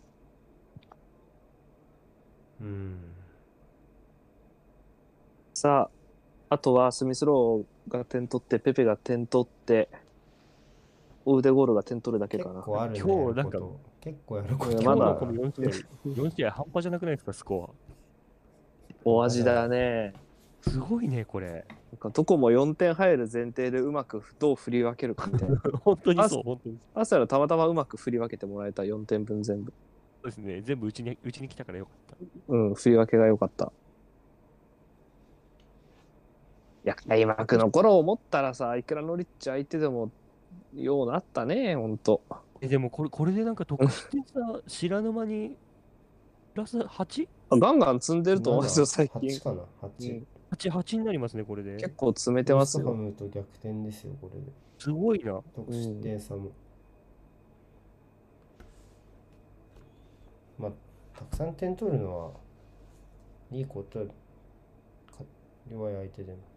うん。 さあ、あとはスミスローが点取って、ペペが点取って、オウデゴールが点取るだけ結かな。 構あるね。 今日やるなんかこと結構やること。 いやまだ今日のこのよん試合、よん試合半端じゃなくないですか、スコお味だね。 ア。すごいね、これ。 なんかどこもよんてん入る前提でうまくどう振り分けるかみたいな。 本当にそう、本当にアーセナルたまたまうまく振り分けてもらえたよんてんぶん全部。 そうですね。全部うちに、うちに来たからよかった。 うん、振り分けが良かった。いや、開幕の頃思ったらさ、いくらノリッチ相手でもようなったね、ほんと。 え、でもこれ、これでなんか得失点差、知らぬ間に、プラス はち? ガンガン積んでると思うんですよ、最近はち。かな ?はち。 うんはち、はちになりますね、これで。 結構詰めてますウエストハよ。 ムと逆転ですよ、これで。 すごいな。 得失点差も。まあ、たくさん点取るのはいいことか弱い相手でも。い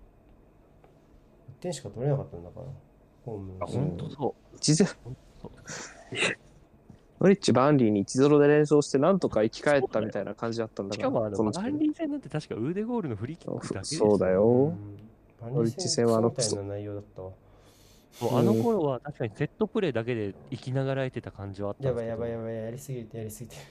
ってんしか取れなかったんだから。ホームあ、 のほんとそいちゼロ。 う。ほんとそうノリッチ、バンリーにいちゼロで連勝して、なんとか生き返ったみたいな感じだったんだから。 しかも、あの、 このバンリー戦なんて確かウーデゴールのフリーキックだけですよ。 そうだよ。 うんバンリーノリッチ戦はあのみたいな内容だったわ。 もうあの頃は確かにセットプレーだけで生きながらえてた感じはあったんやですけど。 ばいやばいやばい、やりすぎてやりすぎて。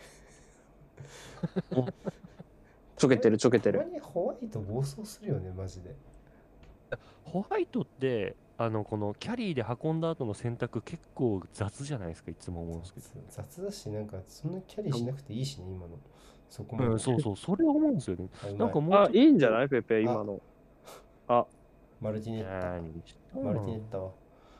ちょけてるちょけてたまる。 にホワイト暴走するよね、マジで。 ホワイトって、あの、このキャリーで運んだ後の選択結構雑じゃないですか、いつも思うんですけど。 雑だし、なんかそんなキャリーしなくていいしね、今の。そこまで。 うん、そうそう、それは思うんですよね。 あうまいなんかもうちょっ、と。 あいいんじゃないペペ、今の。あ、 マルティネッタ。 何したのマルティネッタは。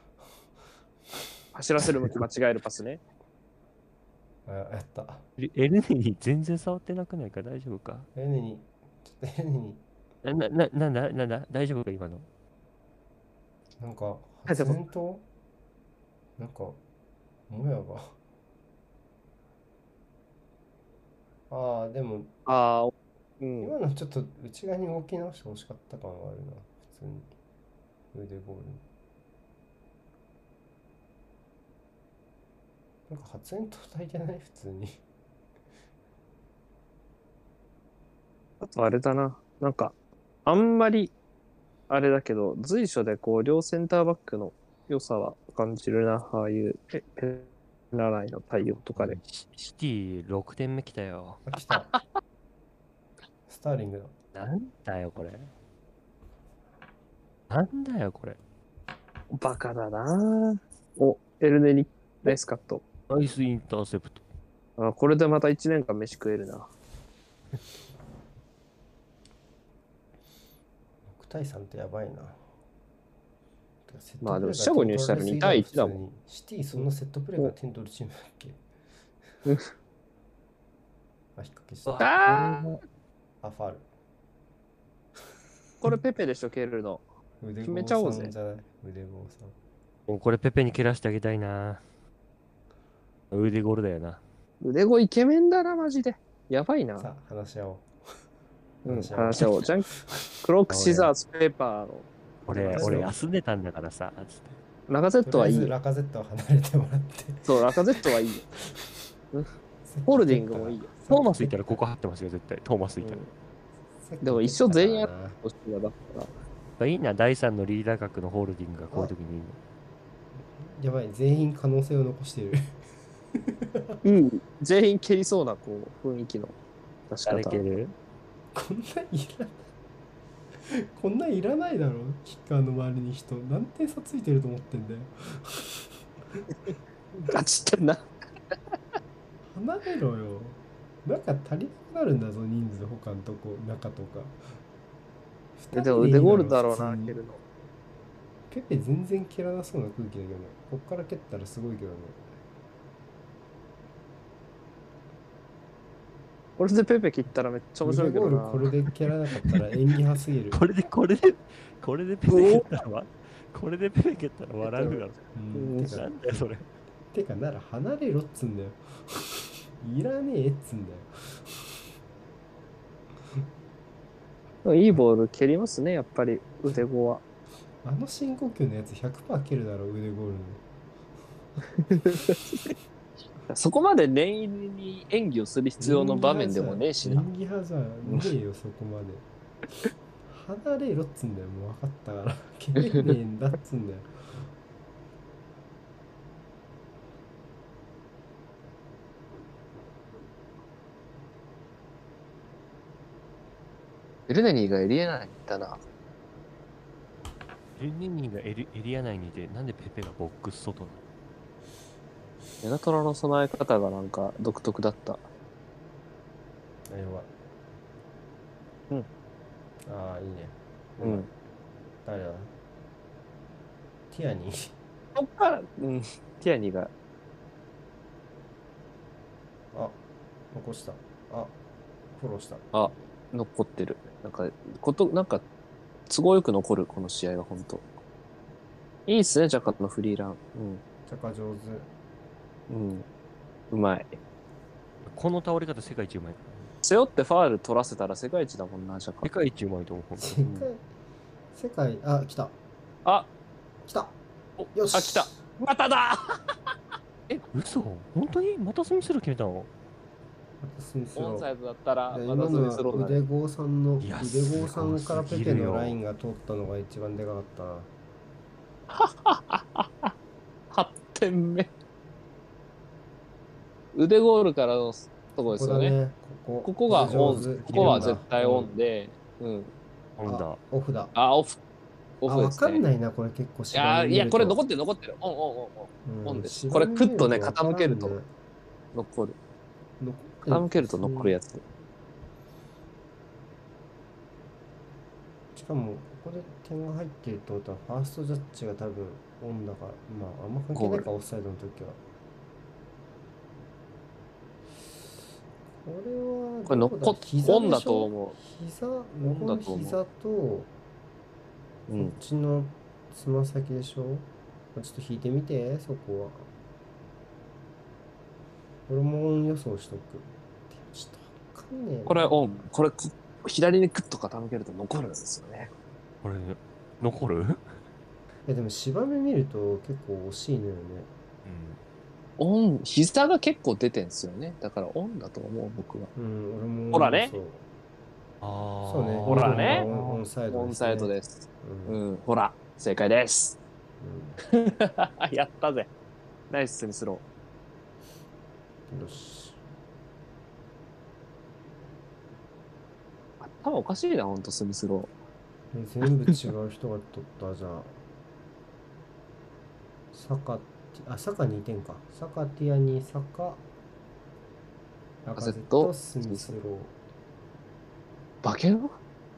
走らせる向き間違えるパスね。 あ、やった。 エルネに全然触ってなくないか大丈夫かエレネに、ちょっとエレネに、 な、な、な、なんだ、なんだ大丈夫か今の。 なんか、発煙筒なんか、もやが。ああ、でも、 ああ、うん。 今のちょっと内側に動き直してほしかった感はあるな、普通に。腕ゴール。なんか発煙筒焚いてない普通に。 あとあれだな。なんか、あんまり、あれだけど、随所でこう、両センターバックの良さは感じるな。ああいうペペナライの対応とかで。 シシティろくてんめ来たよ。 あ、来た。スターリングだ。 なんだよ、これ。なんだよ、これ。 バカだな。お、エルネにナイスカット。 ナイスインターセプト。 あ、これでまたいちねんかん飯食えるな。 ろく対さんってやばいな。てかセットまあでもプレーが四捨五入したら点取に対いちだもんれすぎろ普通にシティそんなセットプレーが点取るチームだっけ？ うんあ、引っ掛けした。 あーあ、ファール。 これペペでしょ、蹴るの。 腕決めちゃおうぜ剛さんじゃない腕剛さん。 もうこれペペに蹴らしてあげたいな。腕ゴールだよな。 腕子イケメンだな、マジで。やばいな。 さあ、話し合おう。 うん、 話し合おう話し合おう。じゃん、クロック、シザース、ペーパーの。 俺、 そう俺休んでたんだからさ、つって。 ラカゼッとりあえずトはいいよ。 ラカゼットは離れてもらって。 そう、ラカゼットはいいよ。ホールディングもいいよ。 トーマスいたらここ張ってますよ、絶対。トーマスいたら。 うんでも一生全員やるな。 そしてはだから。 いいな、だいさんのリーダー格のホールディングがこういう時にいいの。 やばい、全員可能性を残している。 うん、全員蹴りそうな、こう、雰囲気の出し方。 誰蹴るこんないらない。こんなんいらないだろ、キッカーの周りに人。何点差ついてると思ってんだよ。 ガチってんな。 離れろよ。なんか足りなくなるんだぞ、人数他のとこ、中とか。 えでも腕ゴールだろうな、 普通に蹴るの。 ペペ全然蹴らなそうな空気だけどね。こっから蹴ったらすごいけどね。 これでペペ切ったらめっちゃ面白いけどな。 腕ゴールこれで蹴らなかったら演技派すぎる。 これで、これで、これでペペ蹴ったらわ、これでペペ蹴ったら笑うだろ。 うん、 うんてかなんだよ、それ。 てかなら離れろっつんだよ。いらねえっつんだよ。 いいボール蹴りますね、やっぱり腕子は。 あの深呼吸のやつ ひゃくパーセント 蹴るだろ、腕ゴールの。 そこまで念入りに演技をする必要の場面でもねえしな。 演技派じゃねえよ、そこまで。離れろっつんだよ、もう分かったから。蹴れねえんだっつんだよ。 エルネニーがエリエナに行ったな。 エルネニーがエリエリア内にいて、なんでペペがボックス外なの？ メガトラの備え方がなんか独特だった。 あ、弱い。 うん。 ああ、いいね。 うん。 誰だ？ティアニー。 そっから、うん、ティアニーが、 あ、残した。あ、フォローした。 あ、残ってる。なんか、こと、なんか、都合よく残る、この試合は、ほんと。いいっすね、ジャカのフリーラン。 チャカ上手。 うん。うん。うまい。 この倒れ方世界一うまい。 背負ってファール取らせたら世界一だもんな、ジャカ世。界一うまいと思う。 世界、世界、あ、来た。 あ、 来た。 およし。 あ、来た。まただえ、嘘本当にまたスミスロー決めたの？ またスミスロー。 オンサイドだったら、 でまたス今のはミスローだね。 腕剛さんのいや腕剛さんからペペすごすぎるよのラインが通ったのが一番でかかったな。 はってんめ。腕ゴールからのとこですよね。 ここだね。ここ。 ここがオン、 上手ここは絶対オンで、うん。 なんだあ。オフだ。 あ、オフ。オあ、 フですね。 わかんないな、これ結構いやー、いや、これ残っってる残ってる。オンオンオンオン。 うんオンです芝これ見クッとね見るわからん傾けるとね残る。 残って傾けると残るやつ。 しかも、ここで点が入ってるってことは、ファーストジャッジが多分オンだから、まあ、あんま関係ないか、オフサイドの時は。これは、 これ残っどこだ膝でしょオンだと思膝、 ン向こうのだと思う膝と、こう。うんっ。ちのつま先でしょ、ちょっと引いてみて、そこは。俺もオン予想しとく。ちょっとわかんねえな。 これオン。これ、左にクッと傾けると残るんですよね。 これ、残る？ いやでも芝目見ると結構惜しいのよね。 オン、膝が結構出てんすよね。だからオンだと思う、僕は。 うん、俺も。 ほらねそう。 ああ。 そうね。 ほらねオンオンサイドです、ね。 オンサイドです。 う。 うんん、ほら、正解です。 うんやったぜ。ナイススミスロよし。 ー。 頭おかしいな、ほんと、スミスロえ全部違う人が取ったじゃあ。サカ、あ、サカにてんか。サカ、ティアニ、サカ、ラカゼット、スミスロー。 ー。化け物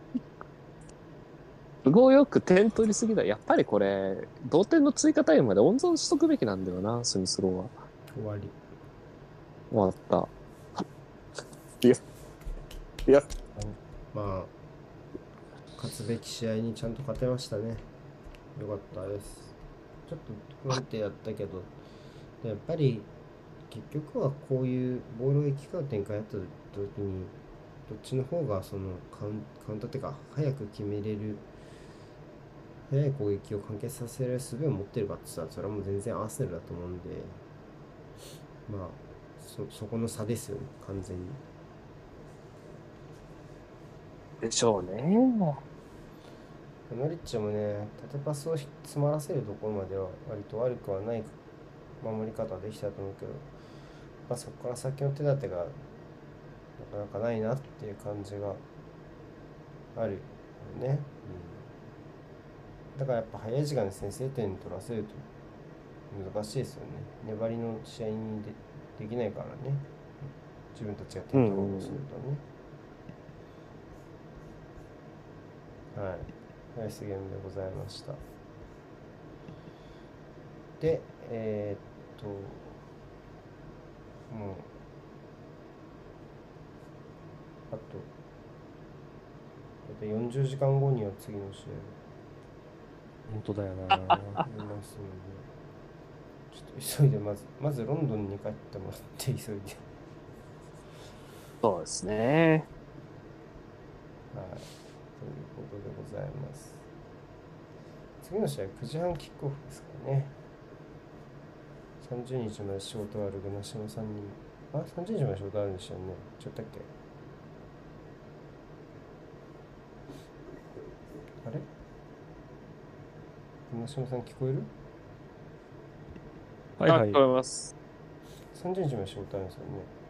都合よく点取りすぎだ。やっぱりこれ、同点の追加タイムまで温存しとくべきなんだよな、スミスローは。 終わり。 終わった。いや、いや、 まあ、勝つべき試合にちゃんと勝てましたね。よかったです。ちょっと不安定やったけど、やっぱり結局はこういうボールを行き交う展開やった時に、どっちの方がそのカウンカウンターっていうか、早く決めれる、早い攻撃を完結させる術を持ってるかって言ったら、それはもう全然アーセナルだと思うんで、まあ、そ、そこの差ですよね、完全に。 でしょうね。 ノリッチもね、縦パスを詰まらせるところまでは割と悪くはない守り方はできたと思うけど、まあ、そこから先の手立てがなかなかないなっていう感じがあるよね、うん、だからやっぱ早い時間で先制点取らせると難しいですよね。粘りの試合に で, できないからね、自分たちが点取ろうとするとね、うんうん、はい、ナイスゲームでございました。で、えー、っともうあとだってよんじゅうじかんごには次の試合本当だよな。 ありますので、ちょっと急いでまずまずロンドンに帰ってもらって急いでそうですね。 はい、ということでございます。次の試合くじはんキックオフですからね。さんじゅうにちまで仕事あるグナシマさんにも、あ、さんじゅうにちまで仕事あるんでしたよね。ちょっとだっけ、あれ、グナシマさん聞こえる？ はいはい。 聞こえます。 さんじゅうにちまで仕事あるんですよね。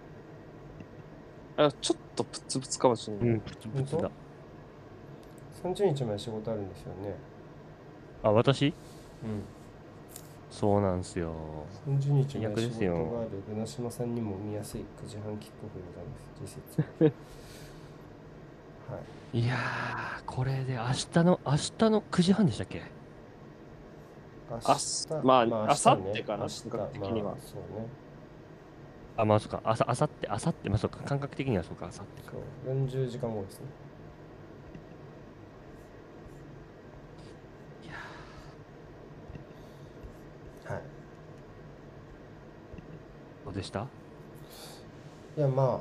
あ、ちょっとプツプツかもしれない。 うん、プツプツだ。 さんじゅうにちまで仕事あるんですよね。 あ、私うん。 そうなんすよ。 さんじゅうにちまで仕事最悪ですよがあるグナシマさんにも見やすいくじはんキックオフでございます。実説。はい。 いやー、これで明日の、明日のくじはんでしたっけ？ 明あ日、 まあ、 まあ、 あさ明日ねってかな、 明日、 感覚的には。 まあ、そうね。 あ、まあそうか、あさ、あさって、あさって、まあそうか、感覚的にはそうか、あさってか。 そう、よんじゅうじかんごですね。 いやはい。 ー、どうでした？ いや、まあ、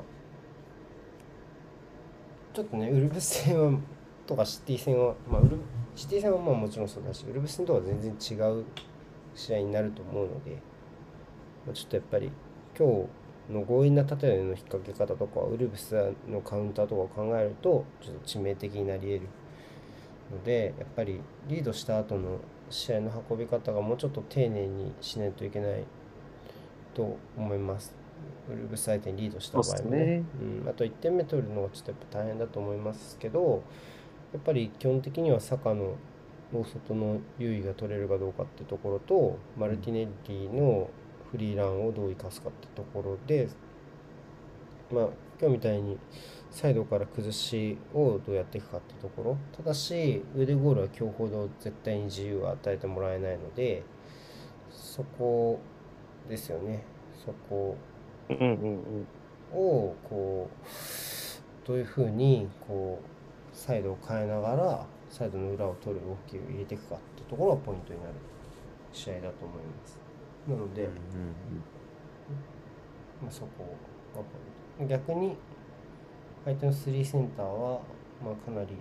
ちょっとね、ウルブス戦は、とかシティ戦は、まあ、ウルシティ戦はまあもちろんそうだし、ウルブス戦とは全然違う試合になると思うので、まあ、ちょっとやっぱり、今日の強引な縦の引っ掛け方とか、ウルブスのカウンターとかを考えると、ちょっと致命的になり得るので、やっぱりリードした後の試合の運び方がもうちょっと丁寧にしないといけないと思います。ウルブス相手にリードした場合もね、 ね、 うん、あといってんめ取るのがちょっとやっぱ大変だと思いますけど、やっぱり基本的にはサカの大外の優位が取れるかどうかってところと、マルティネッリのフリーランをどう生かすかってところで、まあ今日みたいにサイドから崩しをどうやっていくかってところ、ただし腕ゴールは今日ほど絶対に自由を与えてもらえないので、そこですよね。そこうんうんうん。 をこうどういうふうにこうサイドを変えながらサイドの裏を取る動きを入れていくかってところがポイントになる試合だと思います。なので、 うんうんまあ、そこがポイント。逆に相手のスリーセンターは、まあ、かなり、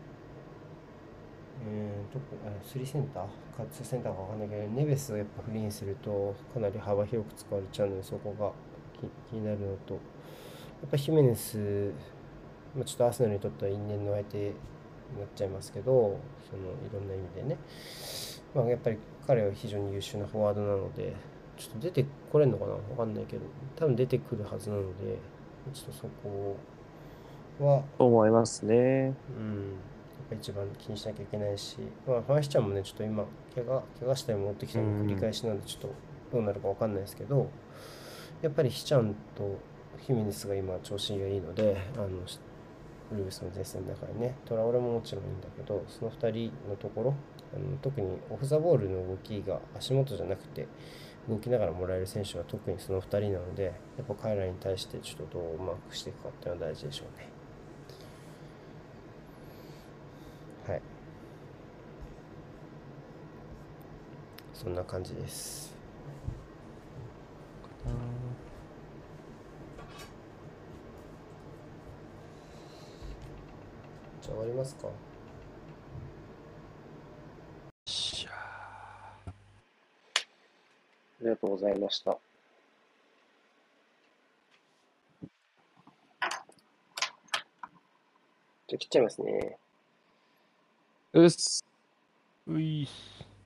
えー、特にスリーセンターかツーセンターか分かんないけど、ネベスをやっぱフリーにするとかなり幅広く使われちゃうので、そこが気になるのと、やっぱヒメネス、まあ、ちょっとアーセナルにとっては因縁の相手になっちゃいますけど、そのいろんな意味でね、まあ、やっぱり彼は非常に優秀なフォワードなので、ちょっと出てこれるのかな分かんないけど、多分出てくるはずなので、ちょっとそこをは、 と思いますね。 うん、やっぱ一番気にしなきゃいけないし、まあ、ファンヒちゃんもね、ちょっと今、怪我、怪我したり戻ってきたりの繰り返しなんで、ちょっとどうなるかわかんないですけど、やっぱりヒちゃんとヒメネスが今調子がいいので、あの、ウルブスの前線の中にね、トラオレももちろんいいんだけど、そのふたりのところ、あの特にオフ・ザ・ボールの動きが足元じゃなくて、動きながらもらえる選手は特にそのふたりなので、やっぱ彼らに対してちょっとどうマークしていくかっていうのは大事でしょうね。はい。そんな感じです。じゃあ終わりますか。 しゃありがとうございました。じゃあ切っちゃいますね。 うっす。 ういっす。